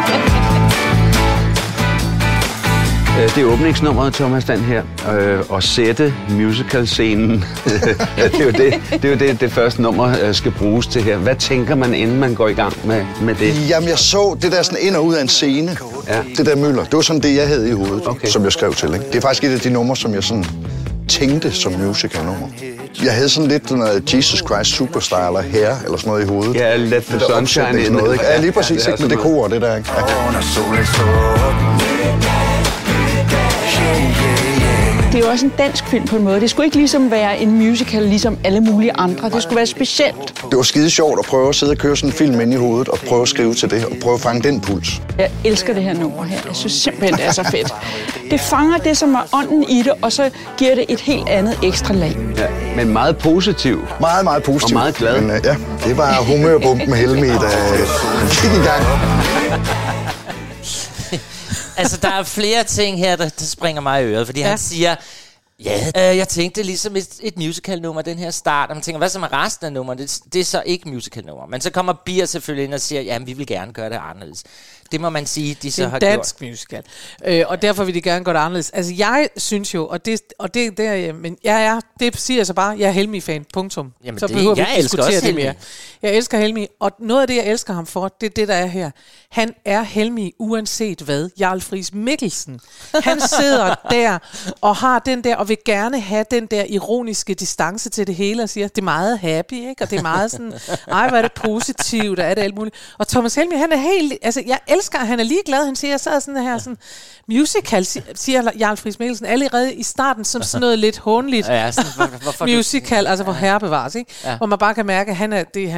L: Det er åbningsnummeret, Thomas, den her, og sætte musical-scenen. det er jo det første nummer skal bruges til her. Hvad tænker man, inden man går i gang med det?
M: Jamen, jeg så det der sådan ind og ud af en scene. Ja. Det der Møller. Det var sådan det, jeg havde i hovedet, som jeg skrev til. Ikke? Det er faktisk et af de numre, som jeg sådan tænkte som musical-nummer. Jeg havde sådan lidt noget Jesus Christ Superstar eller Hair eller sådan noget i hovedet.
L: Ja, lidt for sunshine
M: sådan noget, ikke? Ja, lige præcis, ikke? Med det kor og det der, ikke? Ja.
N: Det er jo også en dansk film på en måde. Det skulle ikke ligesom være en musical, ligesom alle mulige andre. Det skulle være specielt.
M: Det var skide sjovt at prøve at sidde og køre sådan en film ind i hovedet og prøve at skrive til det og prøve at fange den puls.
N: Jeg elsker det her nummer her. Jeg synes simpelthen, det er så fedt. Det fanger det, som er ånden i det, og så giver det et helt andet ekstra lag.
L: Ja, men meget positiv.
M: Meget, meget positiv.
L: Og meget glad.
M: Men, ja, det var humørbumpen med Helmig, der gik i gang.
B: Altså, der er flere ting her, der springer mig i øret, fordi han siger, jeg tænkte ligesom et musical-nummer, den her start, og man tænker, hvad så med resten af nummeret? Det er så ikke musical-nummer. Men så kommer Bier selvfølgelig ind og siger, jamen, vi vil gerne gøre det anderledes. Det må man sige, de så
C: har
B: gjort.
C: Det er en dansk musical. Og derfor vil de gerne gøre det anderledes. Altså, jeg synes jo, det siger jeg så bare, jeg er Helmig-fan, punktum.
B: Jamen,
C: så behøver vi ikke diskutere det mere.
B: Helmig.
C: Jeg elsker Helmig, og noget af det, jeg elsker ham for, det er det, der er her. Han er Helmig uanset hvad. Jarl Friis Mikkelsen. Han sidder der og har den der, og vil gerne have den der ironiske distance til det hele, og siger, det er meget happy, ikke? Og det er meget sådan, ej, hvor er det positivt, og er det alt muligt. Og Thomas Helmig, han er helt, altså, jeg elsker, at han er ligeglad. Han siger, jeg sad sådan her, sådan, musical, siger Jarl Friis Mikkelsen, allerede i starten, som sådan noget lidt hånligt musical, altså hvor herre bevares, ikke? Ja. Hvor man bare kan mærke, at han er, det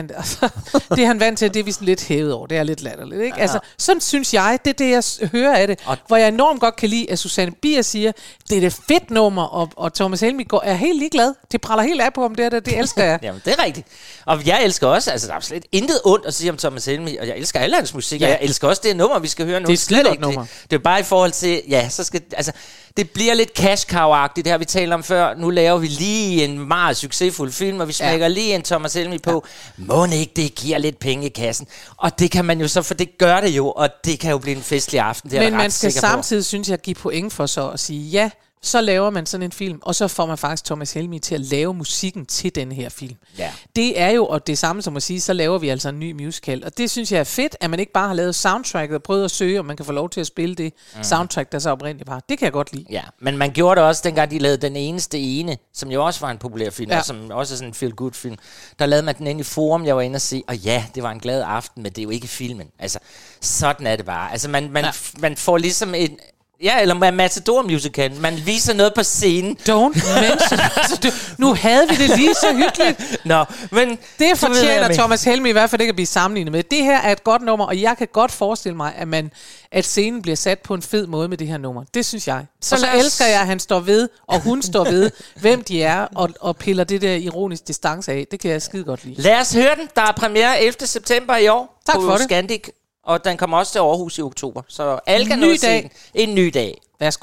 C: er han vant til, det er vi sådan lidt hævet over, det er lidt latterligt, ikke? Ja. Altså, sådan synes jeg, det er det, jeg hører af det, hvor jeg enormt godt kan lide, at Susanne Bier siger, det er det fedt nummer, og Thomas Helmig er helt ligeglad. Det praller helt af på ham, det elsker jeg.
B: Jamen, det er rigtigt. Og jeg elsker også, altså der er slet intet ondt at sige om Thomas Helmig, og jeg elsker alle hans musik, og jeg elsker også det nummer, vi skal høre nu.
C: Det er slet ikke nummer.
B: Det er bare i forhold til, så skal, altså, det bliver lidt cash cow-agtigt, det her vi talte om før. Nu laver vi lige en meget succesfuld film, og vi smækker lige en Thomas Helmig på. Må ikke det giver lidt penge i kassen? Og det kan man jo så, for det gør det jo, og det kan jo blive en festlig aften.
C: Men man skal samtidig, synes jeg, give point for så at sige, ja, så laver man sådan en film, og så får man faktisk Thomas Helmig til at lave musikken til den her film.
B: Ja.
C: Det er jo og det samme som at sige, så laver vi altså en ny musical. Og det synes jeg er fedt, at man ikke bare har lavet soundtracket og prøvet at søge, om man kan få lov til at spille det soundtrack, der så oprindeligt var. Det kan jeg godt lide.
B: Ja, men man gjorde det også, dengang de lavede Den Eneste Ene, som jo også var en populær film, og som også er sådan en feel-good film. Der lavede man den ind i Forum, jeg var inde og se, og ja, det var en glad aften, men det er jo ikke filmen. Altså, sådan er det bare. Altså, man får ligesom en... Ja, eller Matador Musical. Man viser noget på scenen.
C: Don't mention. Nu havde vi det lige så hyggeligt.
B: Nå, men
C: det fortjener Thomas Helmig i hvert fald ikke at blive sammenlignet med. Det her er et godt nummer, og jeg kan godt forestille mig, at scenen bliver sat på en fed måde med det her nummer. Det synes jeg. Så elsker jeg, at han står ved, og hun står ved, hvem de er, og piller det der ironisk distance af. Det kan jeg skide godt lide.
B: Lad os høre den. Der er premiere 11. september i år.
C: Tak for det.
B: Scandic. Og den kommer også til Aarhus i oktober. Så alle kan nå se en ny dag.
C: Værsgo.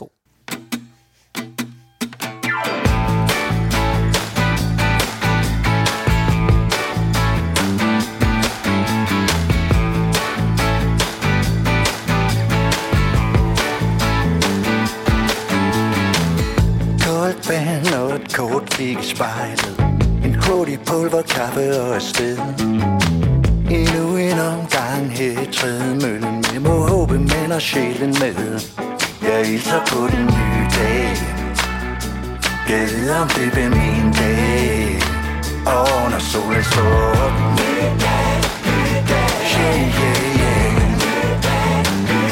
O: Koldt vand og et kort blik i spejlet. En hurtig pulverkaffe og afsted. Endnu en omgang her i trædemøllen. Jeg må håbe, man har sjælen med. Jeg hilser på den nye dag. Jeg ved, om det bliver min dag. Og når solen står op. Ny dag, ny dag. Yeah, yeah, yeah. Ny dag, ny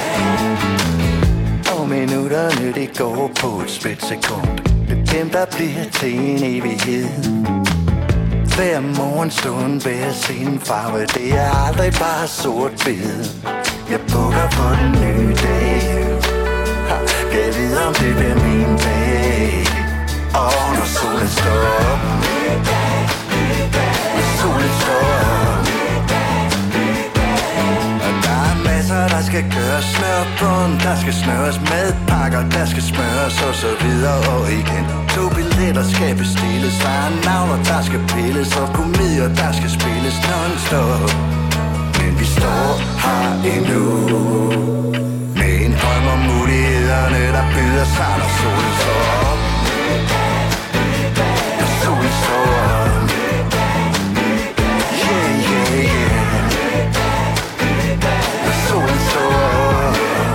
O: dag. Og minutterne, det går på et splitsekund. Det dem, der bliver til en evighed. Hver morgenstund, hver sin farve. Det er aldrig bare sort-hvid. Jeg bukker på den nye dag. Jeg ved, om det bliver min dag. Og når solen står op. Ny dag, ny dag. Når solen står op. Ny dag, ny dag. Og der er masser, der skal gøres. Smørbrød, der skal smøres. Madpakker, der skal smøres. Og så videre og igen. 2 billetter skal bestilles. Der er navler, der skal pilles. Og komedier, der skal spilles non-stop. Men vi står her endnu. Med en drøm om mulighederne, der byder sig, når solen står op. Når solen står op. Yeah, yeah, yeah. Når solen står op.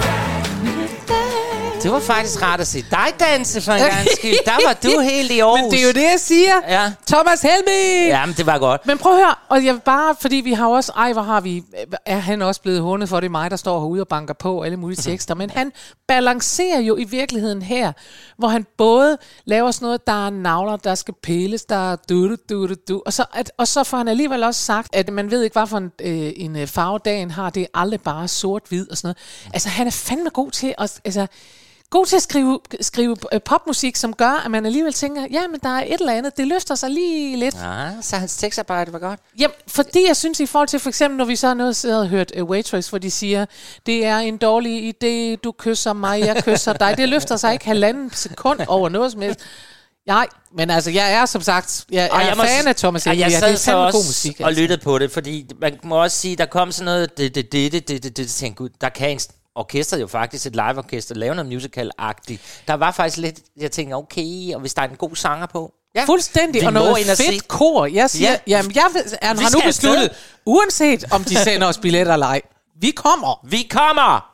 B: Det var faktisk rart at se dig danse for en gang skyld. Der var du helt i Aarhus.
C: Men det er jo det, jeg siger.
B: Ja.
C: Thomas Helmig!
B: Jamen, det var godt.
C: Men prøv at høre, og jeg bare, fordi vi har også, hvor har vi, er han også blevet hundet for, det er mig, der står herude og banker på alle mulige tekster, men han balancerer jo i virkeligheden her, hvor han både laver sådan noget, der er navler, der skal pilles, der er du, og så får han alligevel også sagt, at man ved ikke, hvad for en farve dagen har, det er aldrig bare sort-hvid og sådan noget. Altså, han er fandme god til at, god til at skrive popmusik, som gør, at man alligevel tænker, ja, men der er et eller andet, det løfter sig lige lidt.
B: Ja, så hans tekstarbejde var godt.
C: Jamen, fordi jeg synes i forhold til, for eksempel, når vi så havde hørt Waitress, hvor de siger, det er en dårlig idé, du kysser mig, jeg kysser dig. Det løfter sig ikke 1,5 sekund over noget som helst. Nej, men altså, jeg er som sagt, jeg er fan af Thomas Helmig.
B: Jeg sad så også
C: god musik,
B: og lyttede på det, fordi man må også sige, der kom sådan noget, det tænkte Gud, der kan orkestret jo faktisk, et liveorkester, lave noget musical-agtigt. Der var faktisk lidt, jeg tænkte, okay, og hvis der er en god sanger på,
C: ja, fuldstændig, og noget fedt kor. Jeg siger, jamen, har nu besluttet, uanset om de sender os billetter eller ej, vi kommer.
B: Vi kommer!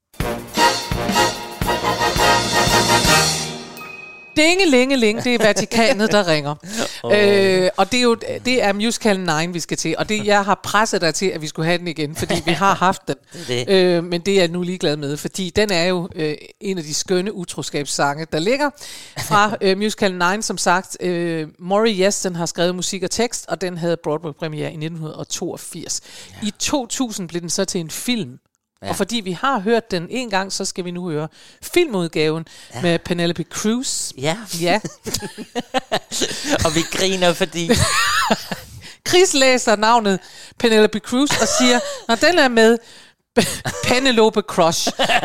C: Dingelingeling, det er Vatikanet, der ringer. Og det er musical 9, vi skal til. Og det, jeg har presset dig til, at vi skulle have den igen, fordi vi har haft den. Men det er jeg nu ligeglad med, fordi den er jo en af de skønne utroskabssange, der ligger fra musical 9, som sagt. Maury Yeston har skrevet musik og tekst, og den havde Broadway-premiere i 1982. Ja. I 2000 blev den så til en film. Ja. Og fordi vi har hørt den en gang, så skal vi nu høre filmudgaven med Penelope Cruz.
B: Ja.
C: Ja.
B: Og vi griner, fordi...
C: Chris læser navnet Penelope Cruz og siger, når den er med Penelope Crush.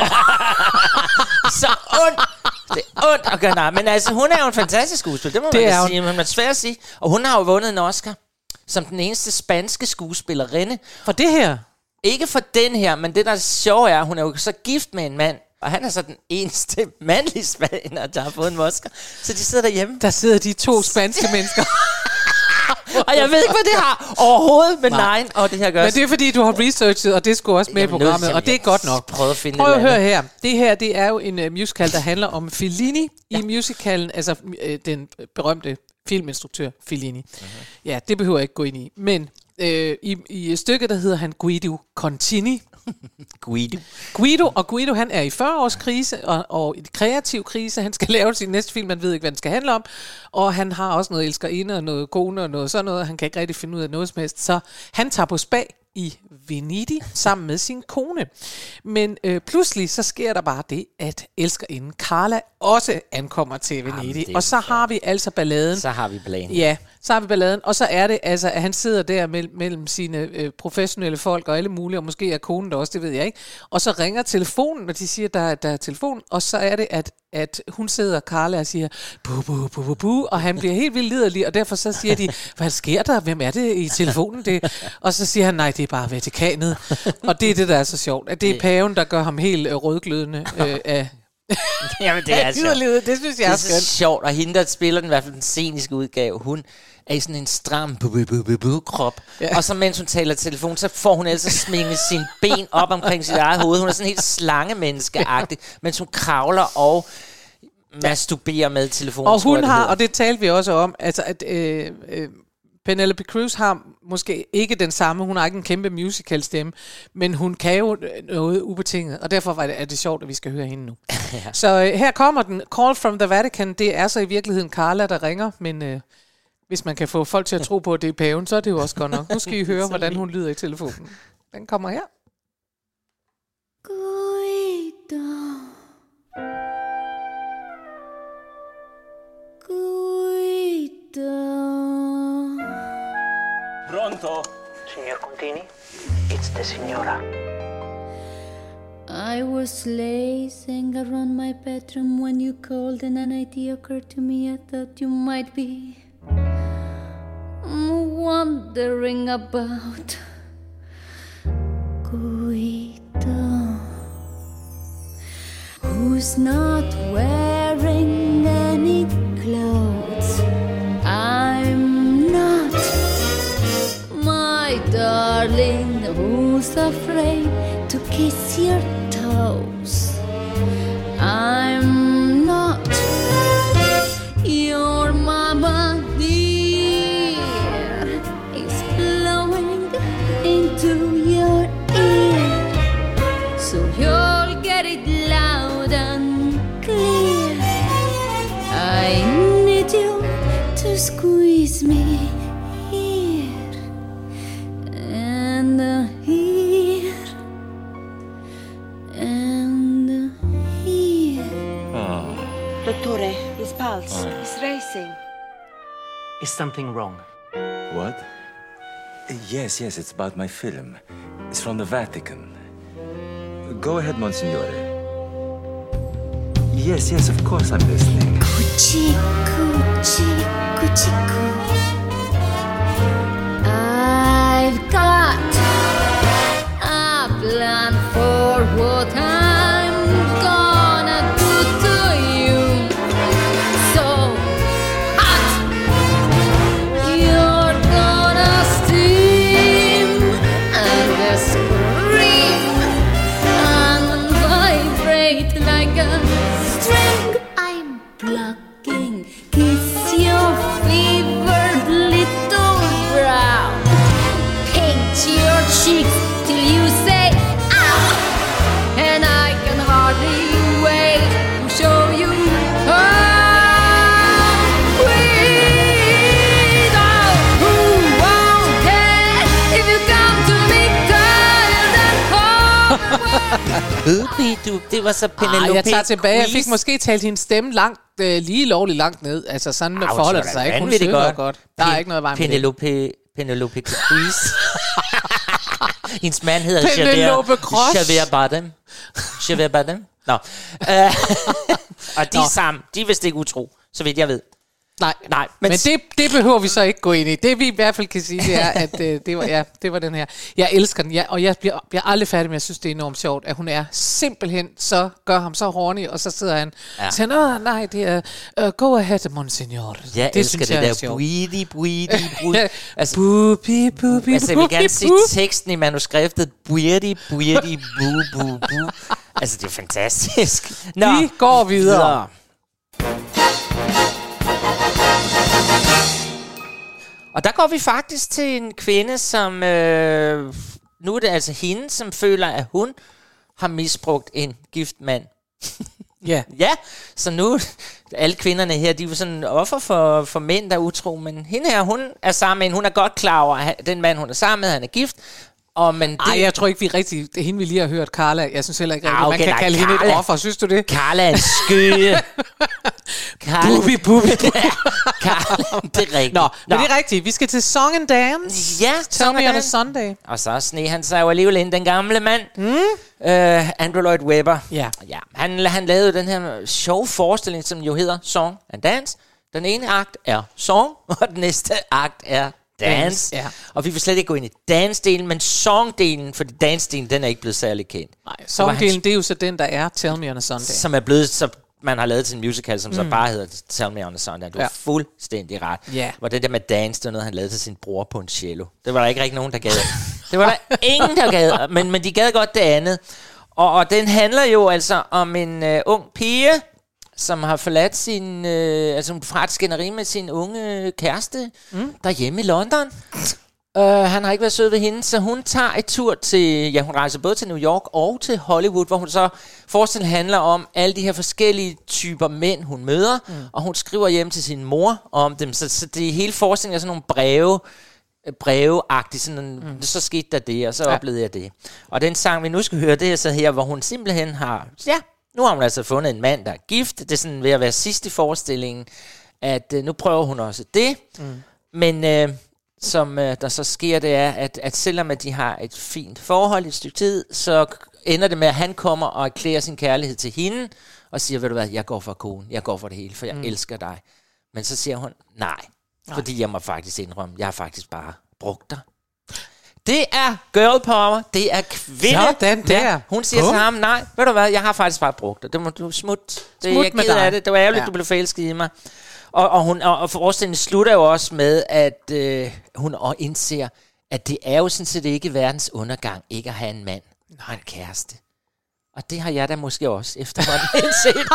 B: Så ondt. Det er ondt at gøre nej. Men altså, hun er jo en fantastisk skuespiller. Det må man da sige. Men det er svært at sige. Og hun har jo vundet en Oscar som den eneste spanske skuespillerinde.
C: For det her?
B: Ikke for den her, men det der sjove er, hun er jo så gift med en mand, og han er så den eneste mandlige spanier, der har fået en Oscar. Så de sidder derhjemme.
C: Der sidder de to spanske mennesker.
B: Og jeg ved ikke, hvad det har overhovedet, men nej. Og det her gør.
C: Men det er fordi, du har researchet, og det skulle også med i programmet, og det er godt nok.
B: Prøv at finde
C: Prøv at høre her. Det her, det er jo en musical, der handler om Fellini i musicalen, altså den berømte filminstruktør Fellini. Uh-huh. Ja, det behøver jeg ikke gå ind i. Men i stykket, der hedder han Guido Contini. Guido, han er i 40-års krise og i kreativ krise. Han skal lave sin næste film, man ved ikke, hvad den skal handle om. Og han har også noget elskerinde og noget kone og noget sådan noget. Han kan ikke rigtig finde ud af noget som helst. Så han tager på spa i Venedig sammen med sin kone. Men pludselig så sker der bare det, at elskerinden Carla også ankommer til Venedig. Og så har vi altså balladen.
B: Så har vi balladen.
C: Ja, så har vi balladen. Og så er det altså, at han sidder der mellem sine professionelle folk og alle mulige, og måske er konen der også, det ved jeg ikke. Og så ringer telefonen, og de siger, der er telefon. Og så er det, at hun sidder, Carla, og siger, bu, og han bliver helt vildt liderlig, og derfor så siger de, hvad sker der? Hvem er det i telefonen? Og så siger han, nej, det er bare Vatikanet. Og det er det, der er så sjovt. At det er paven, der gør ham helt rødglødende af...
B: Jamen, det er
C: sjovt. Det synes jeg er skønt.
B: Det er så sjovt, og hende, der spiller den, i hvert fald den sceniske udgave, hun er i sådan en stram krop. Ja. Og så mens hun taler telefon, så får hun altså sminket sine ben op omkring sit eget hoved. Hun er sådan helt slangemenneske-agtig, mens hun kravler og masturberer med telefonen.
C: Og hun har, og det talte vi også om, altså at Penelope Cruz har måske ikke den samme, hun har ikke en kæmpe musical stemme, men hun kan jo noget ubetinget, og derfor er det sjovt, at vi skal høre hende nu. Ja. Så her kommer den, Call from the Vatican. Det er så i virkeligheden Carla, der ringer, men hvis man kan få folk til at tro på, at det er paven, så er det jo også godt nok. Nu skal I høre, hvordan hun lyder i telefonen. Den kommer her.
P: Pronto? Signor Contini, it's the signora.
H: I was lazing around my bedroom when you called and an idea occurred to me. I thought you might be wondering about Guido, who's not wearing any clothes. I'm not, my darling, who's afraid to kiss your toes. I'm not your mama, dear, is blowing into your ear, so you'll get it loud and clear. I need you to squeeze me here and here and here.
Q: Dottore, his pulse is racing.
R: Is something wrong?
S: What? Yes, it's about my film. It's from the Vatican. Go ahead, Monsignore. Yes, of course I'm listening.
H: I've got a plan for what I'm gonna do to you. So hot, you're gonna steam and scream and vibrate like a string I'm plucking. Kiss your fevered little brow. Paint your cheeks till you say ow. And I can hardly wait to show you how we know who won't care if you come to me tired and cold.
B: Det var så Penelope.
C: Jeg tager tilbage. Jeg fik måske talt hendes stemme langt, lige lovligt langt ned. Altså sådan forholder det sig ikke. Hun synger godt. Der er ikke noget vej med det.
B: Penelope Cruz. Hendes mand hedder Javier Bardem. Nå. Og de er sammen. De er vist ikke utro, så vidt jeg ved.
C: Nej, men det behøver vi så ikke gå ind i. Det vi i hvert fald kan sige, det er, at det var den her. Jeg elsker den, og jeg bliver aldrig færdig med, at jeg synes, det er enormt sjovt, at hun er simpelthen så, gør ham så horny, og så sidder han og siger, nej, det er go ahead, monsignor.
B: Jeg
C: det
B: elsker
C: synes
B: det der buidi. Altså, jeg vil gerne sige teksten i manuskriptet, buidi, bu. Altså, det er fantastisk. Nå,
C: vi går videre.
B: Og der går vi faktisk til en kvinde, som... nu er det altså hende, som føler, at hun har misbrugt en gift mand.
C: Ja.
B: Ja, så nu... Alle kvinderne her, de er jo sådan offer for mænd, der er utro. Men hende her, hun er sammen med en... Hun er godt klar over, at den mand, hun er sammen med, han er gift.
C: Jeg tror ikke, vi rigtig... Hende vi lige har hørt, Carla. Jeg synes heller ikke rigtigt, man kan kalde hende et offer. Synes du det?
B: Carla er en skøge.
C: Bubi.
B: Carla, det er rigtigt.
C: Nå, men det er rigtigt. Vi skal til Song and Dance.
B: Ja,
C: Tell Me on a Sunday.
B: Og så sneg han sig jo alligevel ind, den gamle mand. Andrew Lloyd Webber.
C: Ja.
B: Han lavede den her sjove forestilling, som jo hedder Song and Dance. Den ene akt er song, og den næste akt er dance. Ja. Og vi vil slet ikke gå ind i dance-delen, men song-delen, for dance-delen, den er ikke blevet særlig kendt.
C: Nej, song-delen, det er jo så den, der er Tell Me on a Sunday.
B: Som er blevet, så man har lavet til en musical, som så bare hedder Tell Me on a Sunday. Du er fuldstændig ret.
C: Yeah.
B: Hvor det der med dance, det var noget, han lavede til sin bror på en cello. Det var der ikke rigtig nogen, der gad. Det var der ingen, der gad, men de gad godt det andet. Og den handler jo altså om en ung pige, som har forladt sin... altså hun fra et skænderi med sin unge kæreste derhjemme i London. Han har ikke været sød ved hende, så hun tager et tur til... Ja, hun rejser både til New York og til Hollywood, hvor hun så forestillingen handler om alle de her forskellige typer mænd, hun møder. Og hun skriver hjem til sin mor om dem. Så det hele forestillingen er sådan nogle breveagtigt, sådan, så skete der det, og så oplevede jeg det. Og den sang, vi nu skal høre, det er så her, hvor hun simpelthen har... Ja, nu har hun altså fundet en mand, der er gift. Det er sådan ved at være sidst i forestillingen, at nu prøver hun også det. Men som der så sker, det er, at selvom at de har et fint forhold i et stykke tid, så ender det med, at han kommer og erklærer sin kærlighed til hende, og siger, ved du hvad, jeg går for konen, jeg går for det hele, for jeg elsker dig. Men så siger hun, nej, fordi jeg må faktisk indrømme, jeg har faktisk bare brugt dig. Det er girl power, det er kvinde.
C: Sådan der.
B: Ja, hun siger til ham, nej, ved du hvad, jeg har faktisk bare brugt dig. Det må du smutte. Jeg er ked af det. Det var ærgerligt, du blev forelsket i mig. Og forestillingen slutter jo også med, at hun indser, at det er jo sådan set ikke verdens undergang, ikke at have en mand og en kæreste. Og det har jeg da måske også efterhånden indset.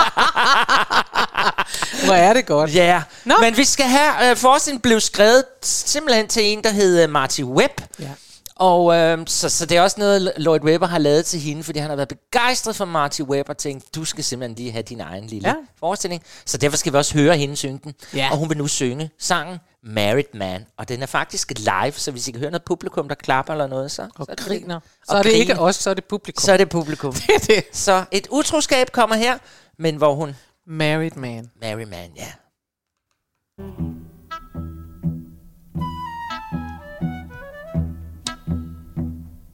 C: Hvor er det godt.
B: Ja, men vi skal have... forestillingen blev skrevet simpelthen til en, der hed Marty Webb. Ja. Og så det er også noget, Lloyd Webber har lavet til hende, fordi han har været begejstret for Marty Webb og tænkt, du skal simpelthen lige have din egen lille forestilling. Så derfor skal vi også høre hende synge den. Ja. Og hun vil nu synge sangen Married Man. Og den er faktisk live, så hvis I kan høre noget publikum, der klapper eller noget, så
C: griner. Så er det ikke os, så er det publikum.
B: Så er det publikum.
C: Det er det.
B: Så et utroskab kommer her, men hvor hun...
C: Married Man.
B: Married Man, ja.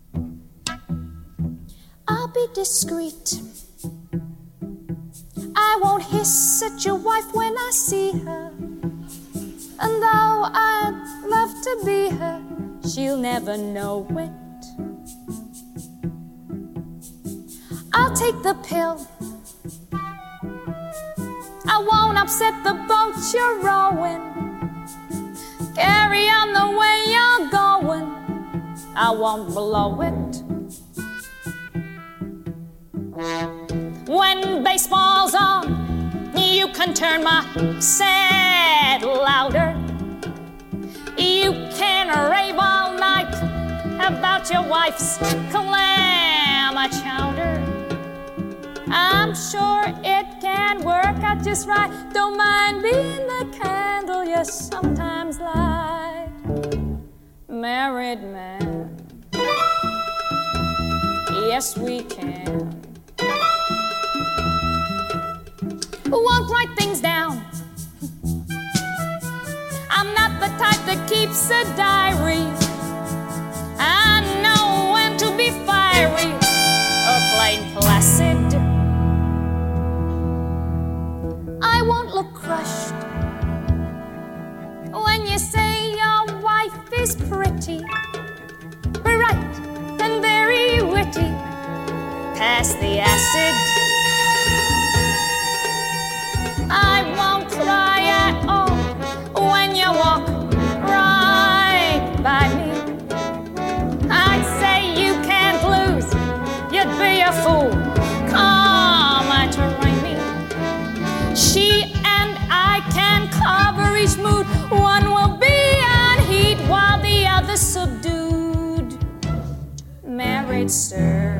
H: I'll be discreet. I I won't hiss at your wife when I see her. And though I'd love to be her, she'll never know it. I'll take the pill. I won't upset the boat you're rowing. Carry on the way you're going. I won't blow it. When baseball's on, you can turn my sad louder. You can rave all night about your wife's clam chowder. I'm sure it can work out just right. Don't mind being the candle you sometimes light. Married man, yes we can. Won't write things down. I'm not the type that keeps a diary. I know when to be fiery or plain placid. I won't look crushed when you say your wife is pretty, bright and very witty. Pass the acid. I won't cry at all when you walk right by me. I'd say you can't lose, you'd be a fool. Come on to rain me. She and I can cover each mood. One will be on heat while the other's subdued. Married, sir,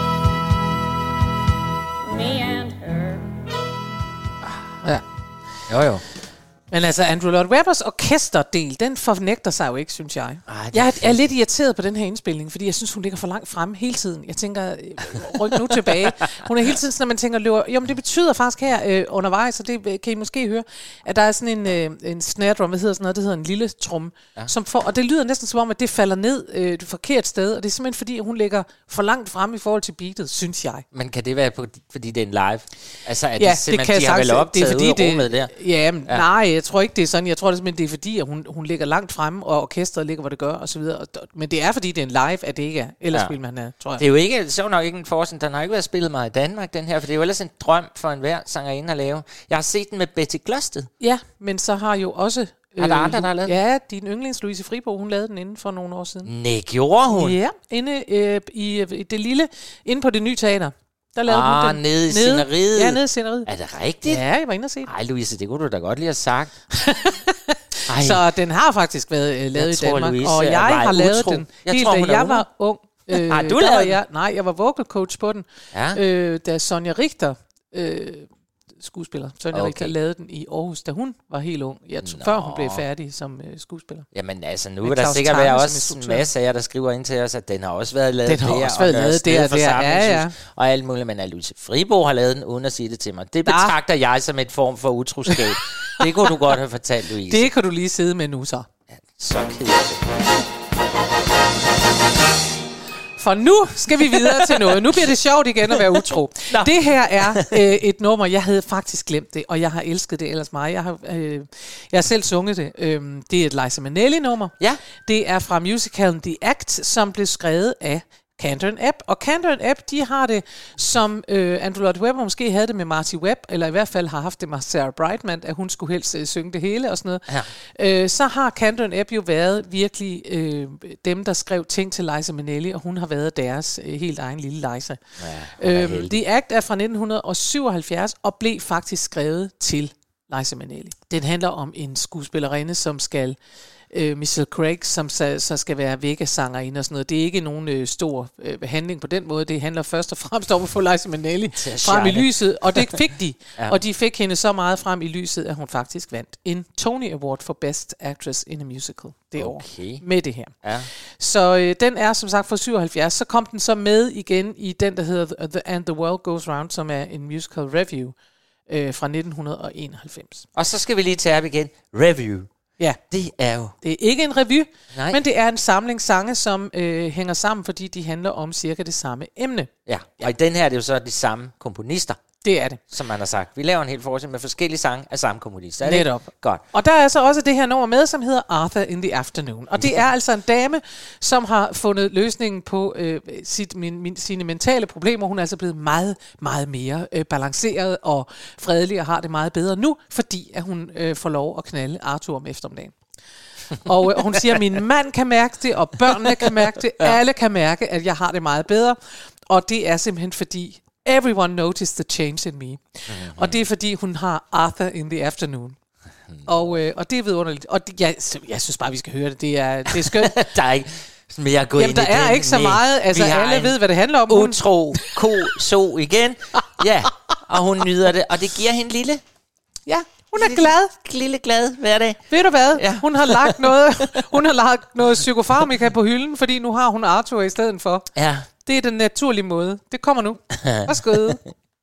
H: me and her.
C: Ja.
B: Jo.
C: Men altså, Andrew Lloyd Webbers orkesterdel, den fornægter sig jo ikke, synes jeg. Jeg er lidt irriteret på den her indspilning, fordi jeg synes, hun ligger for langt fremme hele tiden. Jeg tænker, ryk nu tilbage. Hun er hele tiden, når man tænker, løber. Jo, men det betyder faktisk her undervejs, og det kan I måske høre, at der er sådan en snare drum, hvad hedder sådan noget, det hedder en lille trum, som får, og det lyder næsten som om, at det falder ned et forkert sted, og det er simpelthen fordi, hun ligger for langt fremme i forhold til beatet, synes jeg.
B: Men kan det være, fordi det er en live? Altså, at
C: ja,
B: det simpelthen, de har vel optaget ud af rummet der?
C: Ja, nej, jeg tror ikke, det er sådan. Jeg tror det simpelthen, det er fordi, at hun ligger langt fremme, og orkestret ligger, hvor det gør, og så videre. Men det er fordi, det er en live, at det ikke er. Ellers vil man have, tror jeg.
B: Det er jo ikke, så nok ikke en forskning. Den har ikke været spillet meget i Danmark, den her, for det er jo ellers en drøm for enhver sangerinde at lave. Jeg har set den med Betty Glosted.
C: Ja, men så har jo også...
B: Er der andre, der har lavet den?
C: Ja, din yndlings Louise Fribo, hun lavede den inden for nogle år siden.
B: Nej, gjorde hun?
C: Ja, inde i det lille, inde på det nye teater. Der lavede hun den.
B: Nede i sceneriet?
C: Ja, nede i sceneriet.
B: Er det rigtigt?
C: Ja, jeg var inde og se det.
B: Ej, Louise, det kunne du da godt lige have sagt.
C: Så den har faktisk været lavet i Danmark,
B: Louise,
C: og jeg har lavet den helt, da jeg var ung.
B: Har du lavet den?
C: Nej, jeg var vocal coach på den, da Sonja Richter, skuespiller, Sonja Richter, lavede den i Aarhus, da hun var helt ung, før hun blev færdig som skuespiller.
B: Jamen altså, nu er der sikkert være også en masse af jer, der skriver ind til os, at den har også været lavet der.
C: Den har også været lavet der,
B: og alt muligt, men Louise Fribo har lavet den, uden at sige det til mig. Det betragter jeg som et form for utroskab. Det kunne du godt have fortalt, Louise.
C: Det kan du lige sidde med nu så.
B: Ja, så kedeligt.
C: For nu skal vi videre til noget. Nu bliver det sjovt igen at være utro. Det her er et nummer, jeg havde faktisk glemt det, og jeg har elsket det ellers meget. Jeg har selv sunget det. Det er et Liza Minnelli-nummer.
B: Ja.
C: Det er fra musicalen The Act, som blev skrevet af Cantor & Ebb. Og Cantor & Ebb, de har det, som Andrew Lloyd Webber måske havde det med Marty Webb, eller i hvert fald har haft det med Sarah Brightman, at hun skulle helst synge det hele og sådan noget. Ja. Så har Cantor & Ebb jo været virkelig dem, der skrev ting til Liza Minnelli, og hun har været deres helt egen lille Liza. Ja, The Act er fra 1977 og blev faktisk skrevet til Liza Minnelli. Den handler om en skuespillerinde, som skal... Michelle Craig, som så skal være Vegas-sangerinde og sådan noget. Det er ikke nogen stor handling på den måde. Det handler først og fremmest om at få Liza Minnelli frem i lyset, og det fik de. Ja. Og de fik hende så meget frem i lyset, at hun faktisk vandt en Tony Award for Best Actress in a Musical det år med det her. Ja. Så den er som sagt fra 77. Så kom den så med igen i den, der hedder And the World Goes Round, som er en musical review fra 1991.
B: Og så skal vi lige tage op igen. Review.
C: Ja,
B: det er
C: ikke en revue, men det er en samling sange, som hænger sammen, fordi de handler om cirka det samme emne.
B: Ja, og i den her er det jo så de samme komponister.
C: Det er det.
B: Som man har sagt. Vi laver en hel forestilling med forskellige sange af samme komponist.
C: Netop.
B: Godt.
C: Og der er så også det her nummer med, som hedder Arthur in the Afternoon. Og det er altså en dame, som har fundet løsningen på sine mentale problemer. Hun er altså blevet meget, meget mere balanceret og fredelig og har det meget bedre nu, fordi at hun får lov at knalde Arthur om eftermiddagen. Og hun siger, at min mand kan mærke det, og børnene kan mærke det. Alle kan mærke, at jeg har det meget bedre. Og det er simpelthen fordi, everyone noticed the change in me. Mm-hmm. Og det er fordi, hun har Arthur in the Afternoon. Og det er vidunderligt. Og jeg synes bare, vi skal høre det. Det er skønt.
B: Der er ikke mere at gå ind i
C: der er ikke så meget. Altså, alle ved, hvad det handler om.
B: Utro so igen. Ja, og hun nyder det. Og det giver hende lille...
C: Ja, hun er glad.
B: Lille glad hverdag.
C: Ved du hvad? Ja. Hun har lagt noget psykofarmika på hylden, fordi nu har hun Arthur i stedet for.
B: Ja.
C: Det er den naturlige måde. Det kommer nu. Værsgo.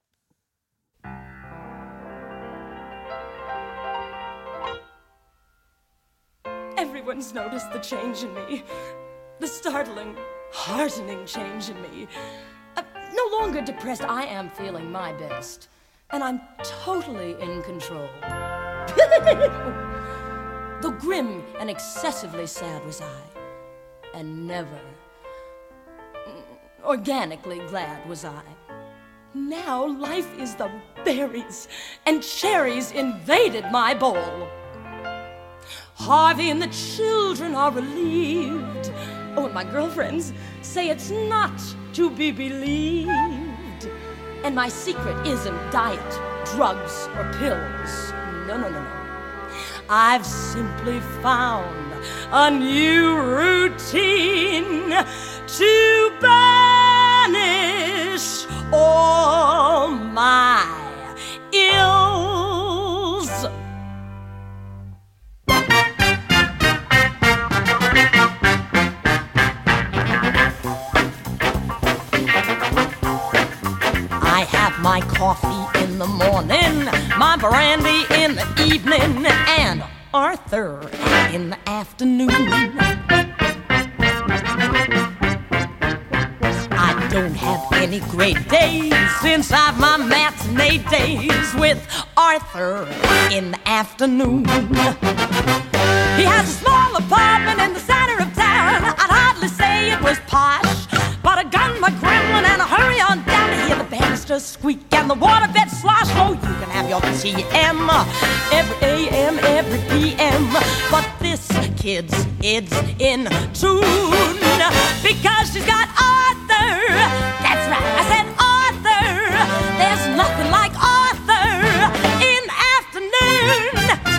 T: Everyone's noticed the change in me. The startling, heartening change in me. I'm no longer depressed. I am feeling my best. And I'm totally in control. Though grim and excessively sad was I, and never organically glad was I. Now life is the berries, and cherries invaded my bowl. Harvey and the children are relieved. Oh, and my girlfriends say it's not to be believed. And my secret isn't diet, drugs, or pills. No. I've simply found a new routine to banish all my ills. I have my coffee in the morning, my brandy in the evening, and Arthur in the afternoon. I don't have any great days since I've my matinee days with Arthur in the afternoon. He has a small apartment in the center of town. I'd hardly say it was posh, but a gun, a gremlin, and a hurry on down to hear the banisters squeak and the waterbed slosh. Oh, you can have your TM every AM, every PM, but this kid's it's in tune because she's got Arthur. That's right, I said Arthur. There's nothing like Arthur in the afternoon.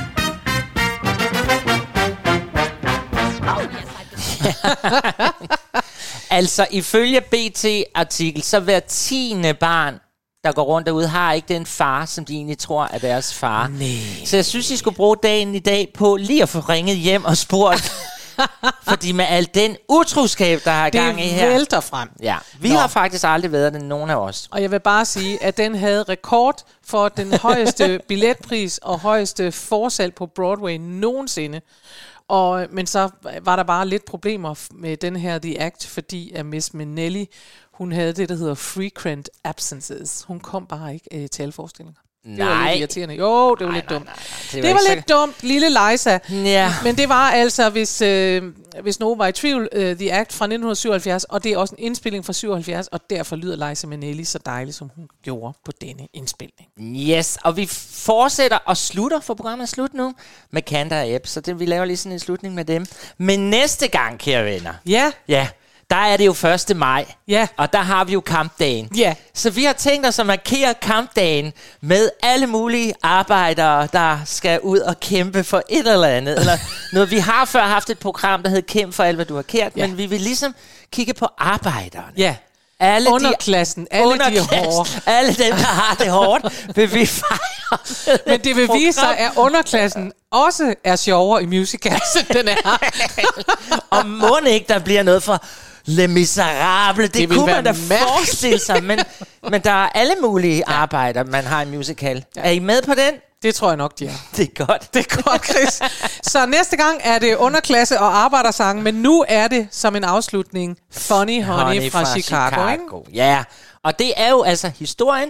T: Oh, yes, I do.
B: Altså, ifølge BT-artikel, så hver 10. barn, der går rundt derude, har ikke den far, som de egentlig tror er deres far.
C: Nej.
B: Så jeg synes, I skulle bruge dagen i dag på lige at få ringet hjem og spurgt. Fordi med al den utroskab, der er gang i her...
C: Det vælter frem.
B: Ja, vi har faktisk aldrig været den, nogen af os.
C: Og jeg vil bare sige, at den havde rekord for den højeste billetpris og højeste forsalg på Broadway nogensinde. Men så var der bare lidt problemer med den her The Act, fordi at Miss Minnelli, hun havde det, der hedder frequent absences. Hun kom bare ikke til alle forestillinger. Det var lidt irriterende. Jo, det var lidt dumt. Det var lidt dumt, lille Liza.
B: Ja.
C: Men det var altså, hvis nogen var i tvivl, The Act fra 1977, og det er også en indspilling fra 77, og derfor lyder Liza Minnelli så dejligt, som hun gjorde på denne indspilning.
B: Yes, og vi fortsætter og slutter, for programmet er slut nu, med Kander og Ebb, så vi laver lige sådan en slutning med dem. Men næste gang, kære venner, ja, der er det jo 1. maj, og der har vi jo kampdagen. Så vi har tænkt os at markere kampdagen med alle mulige arbejdere, der skal ud og kæmpe for et eller andet. Eller noget. Vi har før haft et program, der hed Kæmp for alt, hvad du har kært, men vi vil ligesom kigge på arbejderne.
C: Ja.
B: Alle
C: underklassen, de hårde.
B: Alle dem, der har det hårdt, vil vi fejre.
C: Men det vil vise sig, at underklassen også er sjovere i musicals, end den er.
B: Og må ikke, der bliver noget for Les Miserables. Det kunne man da forestille sig. Men der er alle mulige arbejder, man har i musical. Ja. Er I med på den?
C: Det tror jeg nok, de er.
B: Det er godt.
C: Det er godt, Chris. Så næste gang er det underklasse og arbejdersange, men nu er det som en afslutning Funny Honey fra Chicago.
B: Ja, og det er jo altså historien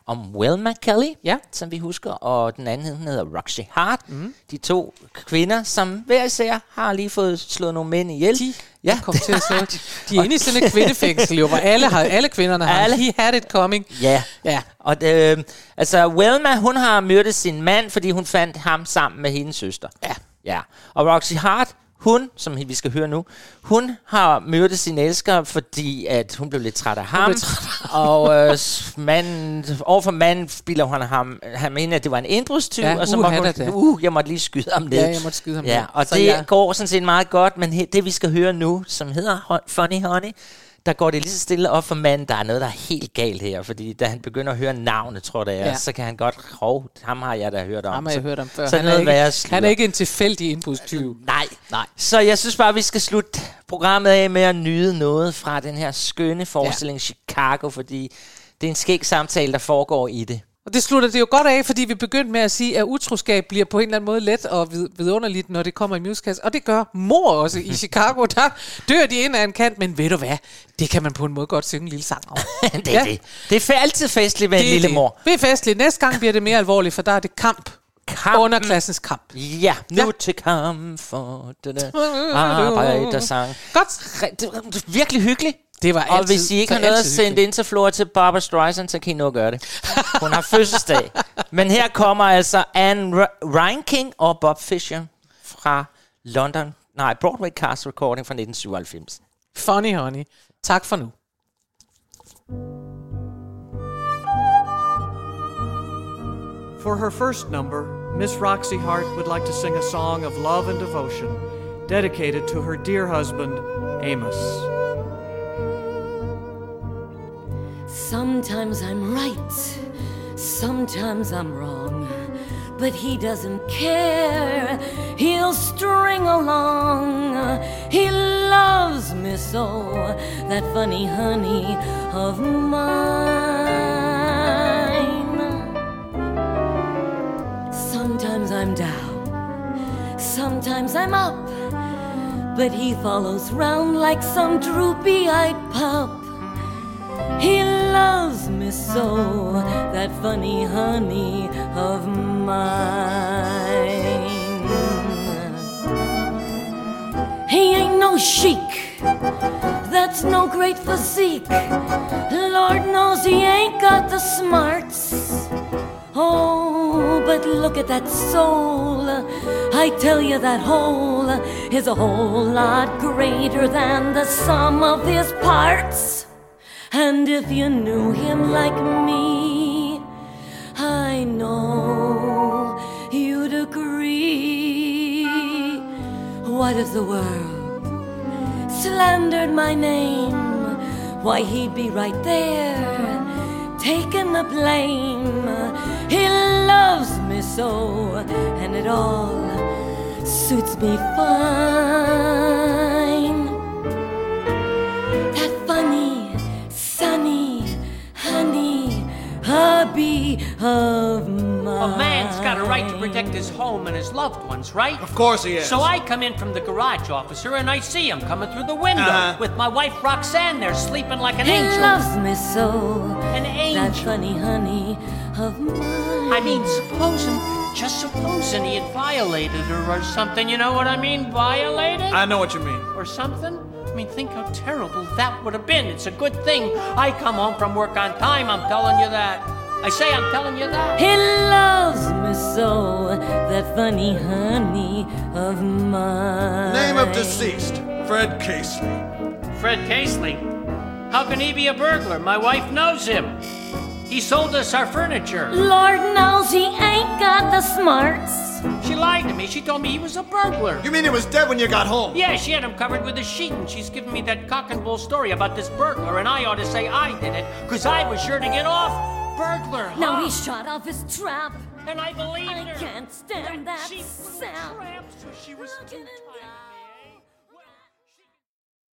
B: om Wilma Kelly, som vi husker, og den anden hun hedder Roxy Hart. De to kvinder, som hver især har lige fået slået nogle mænd ihjel.
C: Kom til at slå. De er inde i sådan et kvindefængsel, hvor alle kvinderne har. He had it coming.
B: Ja. Og altså Wilma, hun har myrdet sin mand, fordi hun fandt ham sammen med hendes søster. Ja. Og Roxy Hart, hun, som vi skal høre nu, hun har myrdet sin elsker, fordi at hun blev lidt træt af ham. Og overfor manden spiller hun ham ind, at det var en indbrudstyv, og så måtte hun, jeg måtte lige skyde ham ned.
C: Ja, jeg måtte skyde ham ned.
B: Og så det går sådan set meget godt, men det vi skal høre nu, som hedder Funny Honey, der går det lige så stille op for manden. Der er noget, der er helt galt her, fordi da han begynder at høre navnet, tror jeg, så kan han godt, ham har jeg da hørt om.
C: Ham har jeg hørt om før.
B: Så
C: han er ikke en tilfældig indbrudstyv.
B: Nej. Så jeg synes bare, vi skal slutte programmet af med at nyde noget fra den her skønne forestilling Chicago, fordi det er en skæg samtale, der foregår i det.
C: Og det slutter det jo godt af, fordi vi begyndte med at sige, at utroskab bliver på en eller anden måde let og vidunderligt, når det kommer i musicals. Og det gør mor også i Chicago. Der dør de ind af en kant, men ved du hvad? Det kan man på en måde godt synge en lille sang om.
B: Det er det. Det er altid festligt med en lille mor.
C: Det er festligt. Næste gang bliver det mere alvorligt, for der er det kamp. Underklassens kamp.
B: Ja, nu til kamp for arbejdersang.
C: Godt.
B: Virkelig hyggeligt.
C: Det var altid,
B: og hvis I ikke har noget at sende ind til Flora til Barbra Streisand, så kan I nu gøre det. Hun har fødselsdag. Men her kommer altså Anne Reinking og Bob Fischer fra Broadway Cast Recording fra 1997.
C: Funny Honey. Tak for nu.
E: For her first number, Miss Roxy Hart would like to sing a song of love and devotion, dedicated to her dear husband, Amos.
H: Sometimes I'm right, sometimes I'm wrong, but he doesn't care, he'll string along. He loves me so, that funny honey of mine. Sometimes I'm down, sometimes I'm up, but he follows round like some droopy-eyed pup. He loves me so, that funny honey of mine. He ain't no chic, that's no great physique. Lord knows he ain't got the smarts. Oh, but look at that soul. I tell you that whole is a whole lot greater than the sum of his parts. And if you knew him like me, I know you'd agree. What if the world slandered my name? Why, he'd be right there, taking the blame. He loves me so, and it all suits me fine. That funny, sunny, honey, hubby of mine.
R: A man's got a right to protect his home and his loved ones, right?
E: Of course he is.
R: So I come in from the garage, officer, and I see him coming through the window with my wife Roxanne there sleeping like an angel.
H: He loves me so,
R: an angel.
H: That funny honey of mine.
R: I mean, just supposing he had violated her or something. You know what I mean? Violated?
E: I know what you mean.
R: Or something? I mean, think how terrible that would have been. It's a good thing I come home from work on time, I'm telling you that. I say I'm telling you that.
H: He loves me so, that funny honey of mine.
E: Name of deceased, Fred Casely.
R: Fred Casely? How can he be a burglar? My wife knows him. He sold us our furniture.
H: Lord knows he ain't got the smarts.
R: She lied to me. She told me he was a burglar.
E: You mean he was dead when you got home?
R: Yeah, she had him covered with a sheet, and she's giving me that cock and bull story about this burglar, and I ought to say I did it, because I was sure to get off. Burglar, huh?
H: Now he shot off his trap,
R: and I believed her.
H: I can't stand that
R: she
H: sound.
R: So she was